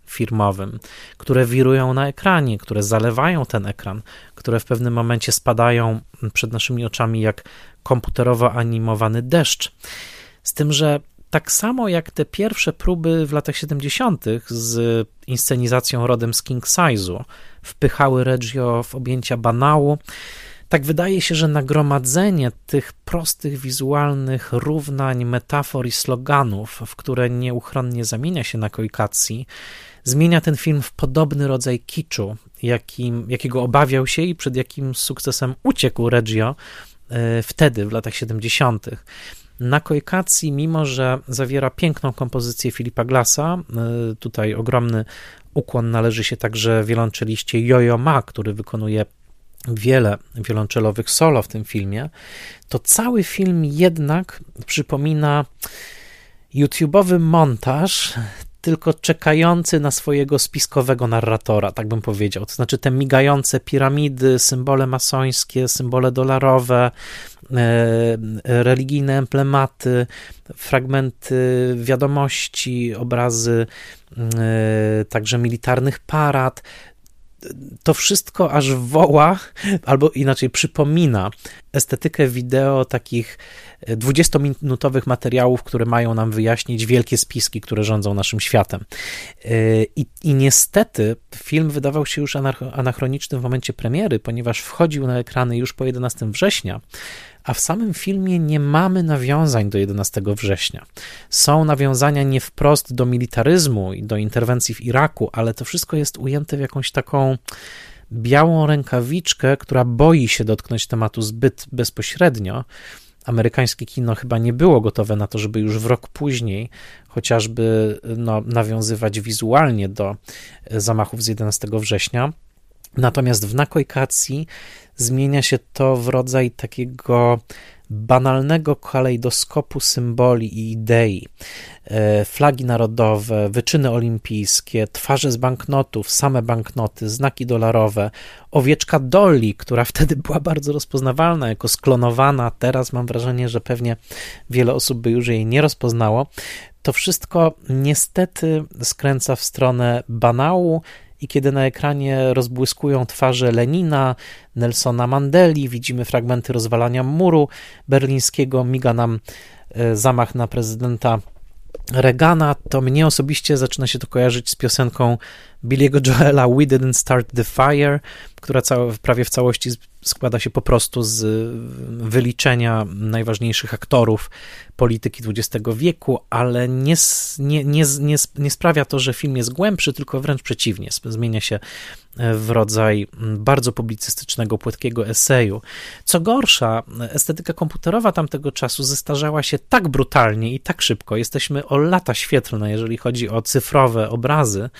firmowym, które wirują na ekranie, które zalewają ten ekran, które w pewnym momencie spadają przed naszymi oczami jak komputerowo animowany deszcz. Z tym, że tak samo jak te pierwsze próby w latach 70. z inscenizacją rodem z King Size'u wpychały Reggio w objęcia banału, tak wydaje się, że nagromadzenie tych prostych, wizualnych równań, metafor i sloganów, w które nieuchronnie zamienia się Nakoikacji, zmienia ten film w podobny rodzaj kiczu, jakiego obawiał się i przed jakim sukcesem uciekł Reggio wtedy, w latach 70. Nakoikacji, mimo że zawiera piękną kompozycję Philipa Glassa, tutaj ogromny ukłon należy się także wiolonczeliście Yo-Yo Ma, który wykonuje wiele wiolonczelowych solo w tym filmie, to cały film jednak przypomina YouTube'owy montaż, tylko czekający na swojego spiskowego narratora, tak bym powiedział. To znaczy te migające piramidy, symbole masońskie, symbole dolarowe, religijne emblematy, fragmenty wiadomości, obrazy także militarnych parad. To wszystko aż woła, albo inaczej przypomina estetykę wideo takich 20-minutowych materiałów, które mają nam wyjaśnić wielkie spiski, które rządzą naszym światem. I niestety film wydawał się już anachroniczny w momencie premiery, ponieważ wchodził na ekrany już po 11 września, a w samym filmie nie mamy nawiązań do 11 września. Są nawiązania nie wprost do militaryzmu i do interwencji w Iraku, ale to wszystko jest ujęte w jakąś taką białą rękawiczkę, która boi się dotknąć tematu zbyt bezpośrednio. Amerykańskie kino chyba nie było gotowe na to, żeby już w rok później chociażby nawiązywać wizualnie do zamachów z 11 września. Natomiast w Nakoikacji zmienia się to w rodzaj takiego banalnego kalejdoskopu symboli i idei. Flagi narodowe, wyczyny olimpijskie, twarze z banknotów, same banknoty, znaki dolarowe, owieczka Dolly, która wtedy była bardzo rozpoznawalna jako sklonowana. Teraz mam wrażenie, że pewnie wiele osób by już jej nie rozpoznało. To wszystko niestety skręca w stronę banału. I kiedy na ekranie rozbłyskują twarze Lenina, Nelsona Mandeli, widzimy fragmenty rozwalania muru berlińskiego, miga nam zamach na prezydenta Reagana, to mnie osobiście zaczyna się to kojarzyć z piosenką Billy'ego Joela We Didn't Start the Fire, która prawie w całości składa się po prostu z wyliczenia najważniejszych aktorów polityki XX wieku, ale nie sprawia to, że film jest głębszy, tylko wręcz przeciwnie, zmienia się w rodzaj bardzo publicystycznego, płytkiego eseju. Co gorsza, estetyka komputerowa tamtego czasu zestarzała się tak brutalnie i tak szybko. Jesteśmy o lata świetlne, jeżeli chodzi o cyfrowe obrazy,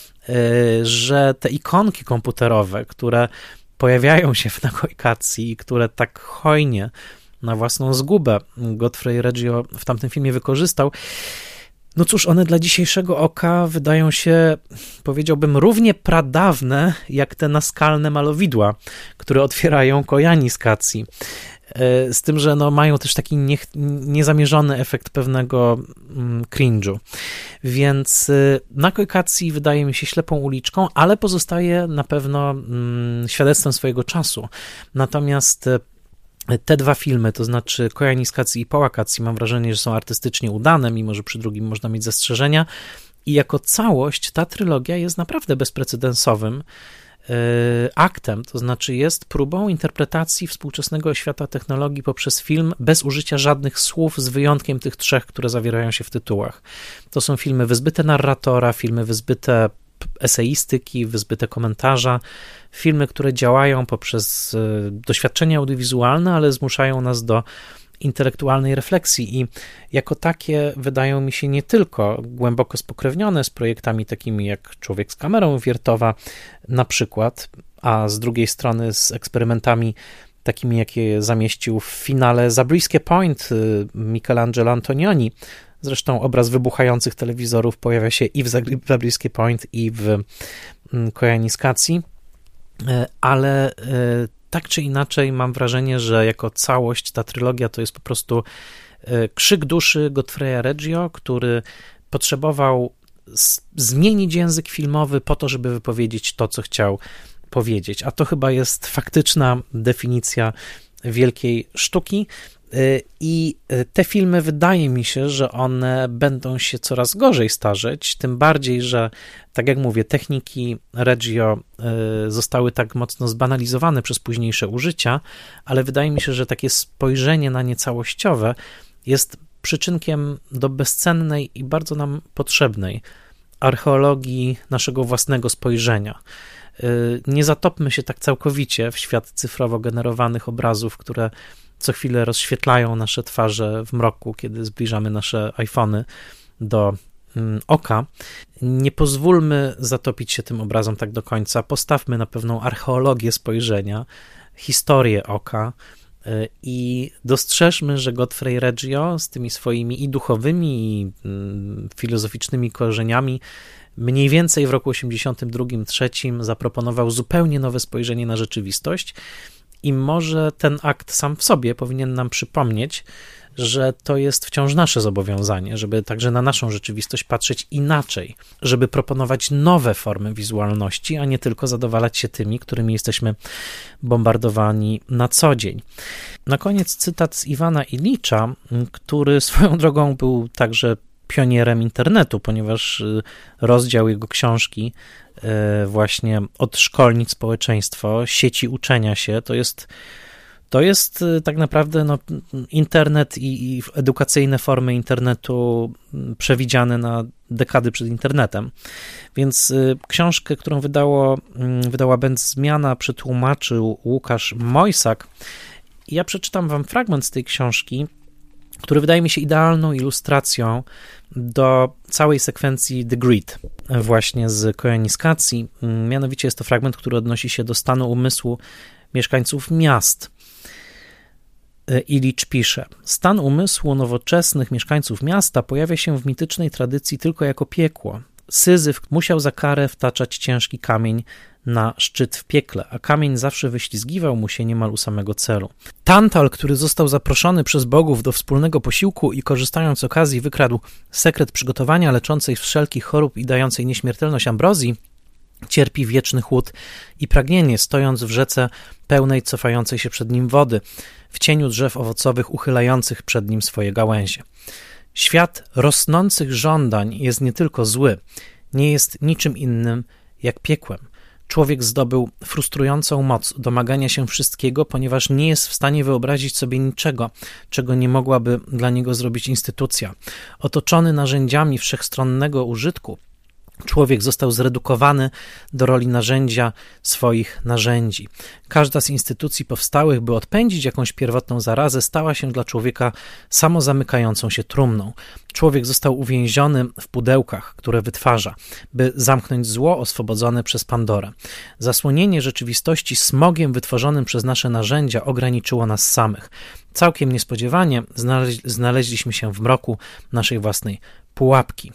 że te ikonki komputerowe, które pojawiają się w Nakoikacji i które tak hojnie na własną zgubę Godfrey Reggio w tamtym filmie wykorzystał, no cóż, one dla dzisiejszego oka wydają się, powiedziałbym, równie pradawne jak te naskalne malowidła, które otwierają Koyaanisqatsi z Kacji. Z tym, że mają też taki niezamierzony efekt pewnego cringe'u. Więc Nakoikacji wydaje mi się ślepą uliczką, ale pozostaje na pewno świadectwem swojego czasu. Natomiast te dwa filmy, to znaczy Koyaanisqatsi i Połakacji, mam wrażenie, że są artystycznie udane, mimo że przy drugim można mieć zastrzeżenia. I jako całość ta trylogia jest naprawdę bezprecedensowym aktem, to znaczy jest próbą interpretacji współczesnego świata technologii poprzez film bez użycia żadnych słów, z wyjątkiem tych trzech, które zawierają się w tytułach. To są filmy wyzbyte narratora, filmy wyzbyte eseistyki, wyzbyte komentarza, filmy, które działają poprzez doświadczenia audiowizualne, ale zmuszają nas do intelektualnej refleksji i jako takie wydają mi się nie tylko głęboko spokrewnione z projektami takimi jak Człowiek z kamerą wiertowa na przykład, a z drugiej strony z eksperymentami takimi, jakie zamieścił w finale Zabriskie Point Michelangelo Antonioni. Zresztą obraz wybuchających telewizorów pojawia się i w Zabriskie Point, i w Koyaanisqatsi, ale tak czy inaczej mam wrażenie, że jako całość ta trylogia to jest po prostu krzyk duszy Godfreya Reggio, który potrzebował zmienić język filmowy po to, żeby wypowiedzieć to, co chciał powiedzieć. A to chyba jest faktyczna definicja wielkiej sztuki. I te filmy, wydaje mi się, że one będą się coraz gorzej starzeć, tym bardziej, że, tak jak mówię, techniki Reggio zostały tak mocno zbanalizowane przez późniejsze użycia, ale wydaje mi się, że takie spojrzenie na nie całościowe jest przyczynkiem do bezcennej i bardzo nam potrzebnej archeologii naszego własnego spojrzenia. Nie zatopmy się tak całkowicie w świat cyfrowo generowanych obrazów, które co chwilę rozświetlają nasze twarze w mroku, kiedy zbliżamy nasze iPhony do oka. Nie pozwólmy zatopić się tym obrazom tak do końca. Postawmy na pewną archeologię spojrzenia, historię oka i dostrzeżmy, że Godfrey Reggio z tymi swoimi i duchowymi, i filozoficznymi korzeniami mniej więcej w roku 1982-1983 zaproponował zupełnie nowe spojrzenie na rzeczywistość. I może ten akt sam w sobie powinien nam przypomnieć, że to jest wciąż nasze zobowiązanie, żeby także na naszą rzeczywistość patrzeć inaczej, żeby proponować nowe formy wizualności, a nie tylko zadowalać się tymi, którymi jesteśmy bombardowani na co dzień. Na koniec cytat z Iwana Illicza, który swoją drogą był także pionierem internetu, ponieważ rozdział jego książki właśnie Odszkolnić społeczeństwo, sieci uczenia się, to jest tak naprawdę internet i edukacyjne formy internetu przewidziane na dekady przed internetem. Więc książkę, którą wydała Będzmiana, przetłumaczył Łukasz Mojsak. Ja przeczytam wam fragment z tej książki, który wydaje mi się idealną ilustracją do całej sekwencji The Grid, właśnie z koeniskacji. Mianowicie jest to fragment, który odnosi się do stanu umysłu mieszkańców miast. Illicz pisze: stan umysłu nowoczesnych mieszkańców miasta pojawia się w mitycznej tradycji tylko jako piekło. Syzyf musiał za karę wtaczać ciężki kamień na szczyt w piekle, a kamień zawsze wyślizgiwał mu się niemal u samego celu. Tantal, który został zaproszony przez bogów do wspólnego posiłku i korzystając z okazji wykradł sekret przygotowania leczącej wszelkich chorób i dającej nieśmiertelność ambrozji, cierpi wieczny chłód i pragnienie, stojąc w rzece pełnej cofającej się przed nim wody, w cieniu drzew owocowych uchylających przed nim swoje gałęzie. Świat rosnących żądań jest nie tylko zły, nie jest niczym innym jak piekłem. Człowiek zdobył frustrującą moc domagania się wszystkiego, ponieważ nie jest w stanie wyobrazić sobie niczego, czego nie mogłaby dla niego zrobić instytucja. Otoczony narzędziami wszechstronnego użytku, człowiek został zredukowany do roli narzędzia swoich narzędzi. Każda z instytucji powstałych, by odpędzić jakąś pierwotną zarazę, stała się dla człowieka samozamykającą się trumną. Człowiek został uwięziony w pudełkach, które wytwarza, by zamknąć zło oswobodzone przez Pandorę. Zasłonienie rzeczywistości smogiem wytworzonym przez nasze narzędzia ograniczyło nas samych. Całkiem niespodziewanie znaleźliśmy się w mroku naszej własnej pułapki.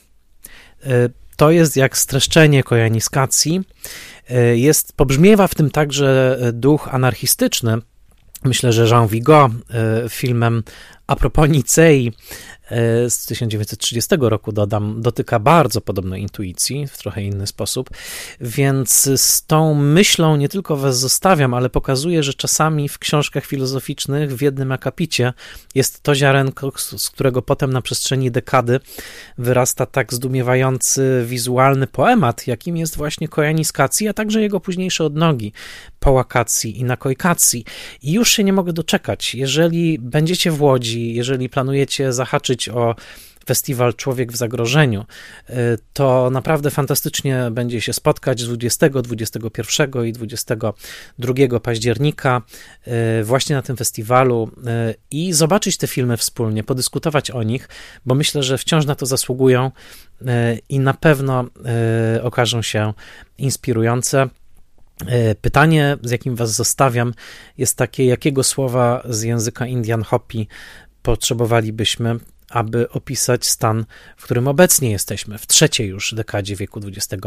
To jest jak streszczenie koeniskacji. Pobrzmiewa w tym także duch anarchistyczny. Myślę, że Jean Vigo filmem A propos Nicei z 1930 roku, dotyka bardzo podobnej intuicji w trochę inny sposób, więc z tą myślą nie tylko was zostawiam, ale pokazuję, że czasami w książkach filozoficznych w jednym akapicie jest to ziarenko, z którego potem na przestrzeni dekady wyrasta tak zdumiewający wizualny poemat, jakim jest właśnie koeniskacji, a także jego późniejsze odnogi, połakacji i nakoikacji. I już się nie mogę doczekać. Jeżeli będziecie w Łodzi, jeżeli planujecie zahaczyć o festiwal Człowiek w zagrożeniu, to naprawdę fantastycznie będzie się spotkać 20, 21 i 22 października właśnie na tym festiwalu i zobaczyć te filmy wspólnie, podyskutować o nich, bo myślę, że wciąż na to zasługują i na pewno okażą się inspirujące. Pytanie, z jakim was zostawiam, jest takie: jakiego słowa z języka Indian Hopi potrzebowalibyśmy, aby opisać stan, w którym obecnie jesteśmy, w trzeciej już dekadzie wieku XXI.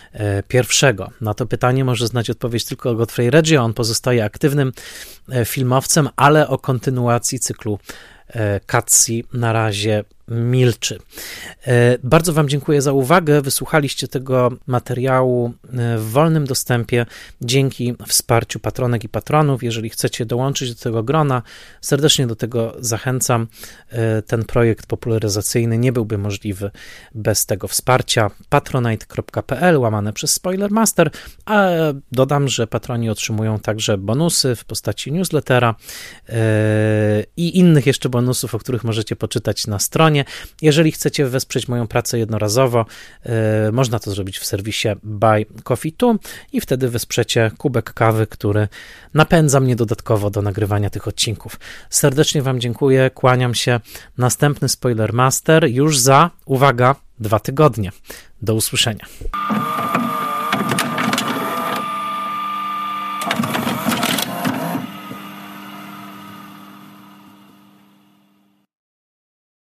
Na to pytanie może znać odpowiedź tylko Godfrey Reggio. On pozostaje aktywnym filmowcem, ale o kontynuacji cyklu Katsi na razie milczy. Bardzo Wam dziękuję za uwagę. Wysłuchaliście tego materiału w wolnym dostępie dzięki wsparciu patronek i patronów. Jeżeli chcecie dołączyć do tego grona, serdecznie do tego zachęcam. Ten projekt popularyzacyjny nie byłby możliwy bez tego wsparcia. patronite.pl/Spoilermaster, a dodam, że patroni otrzymują także bonusy w postaci newslettera i innych jeszcze bonusów, o których możecie poczytać na stronie. Jeżeli chcecie wesprzeć moją pracę jednorazowo, można to zrobić w serwisie Buy Coffee Tu i wtedy wesprzecie kubek kawy, który napędza mnie dodatkowo do nagrywania tych odcinków. Serdecznie Wam dziękuję, kłaniam się. Następny Spoilermaster już za, uwaga, 2 tygodnie. Do usłyszenia.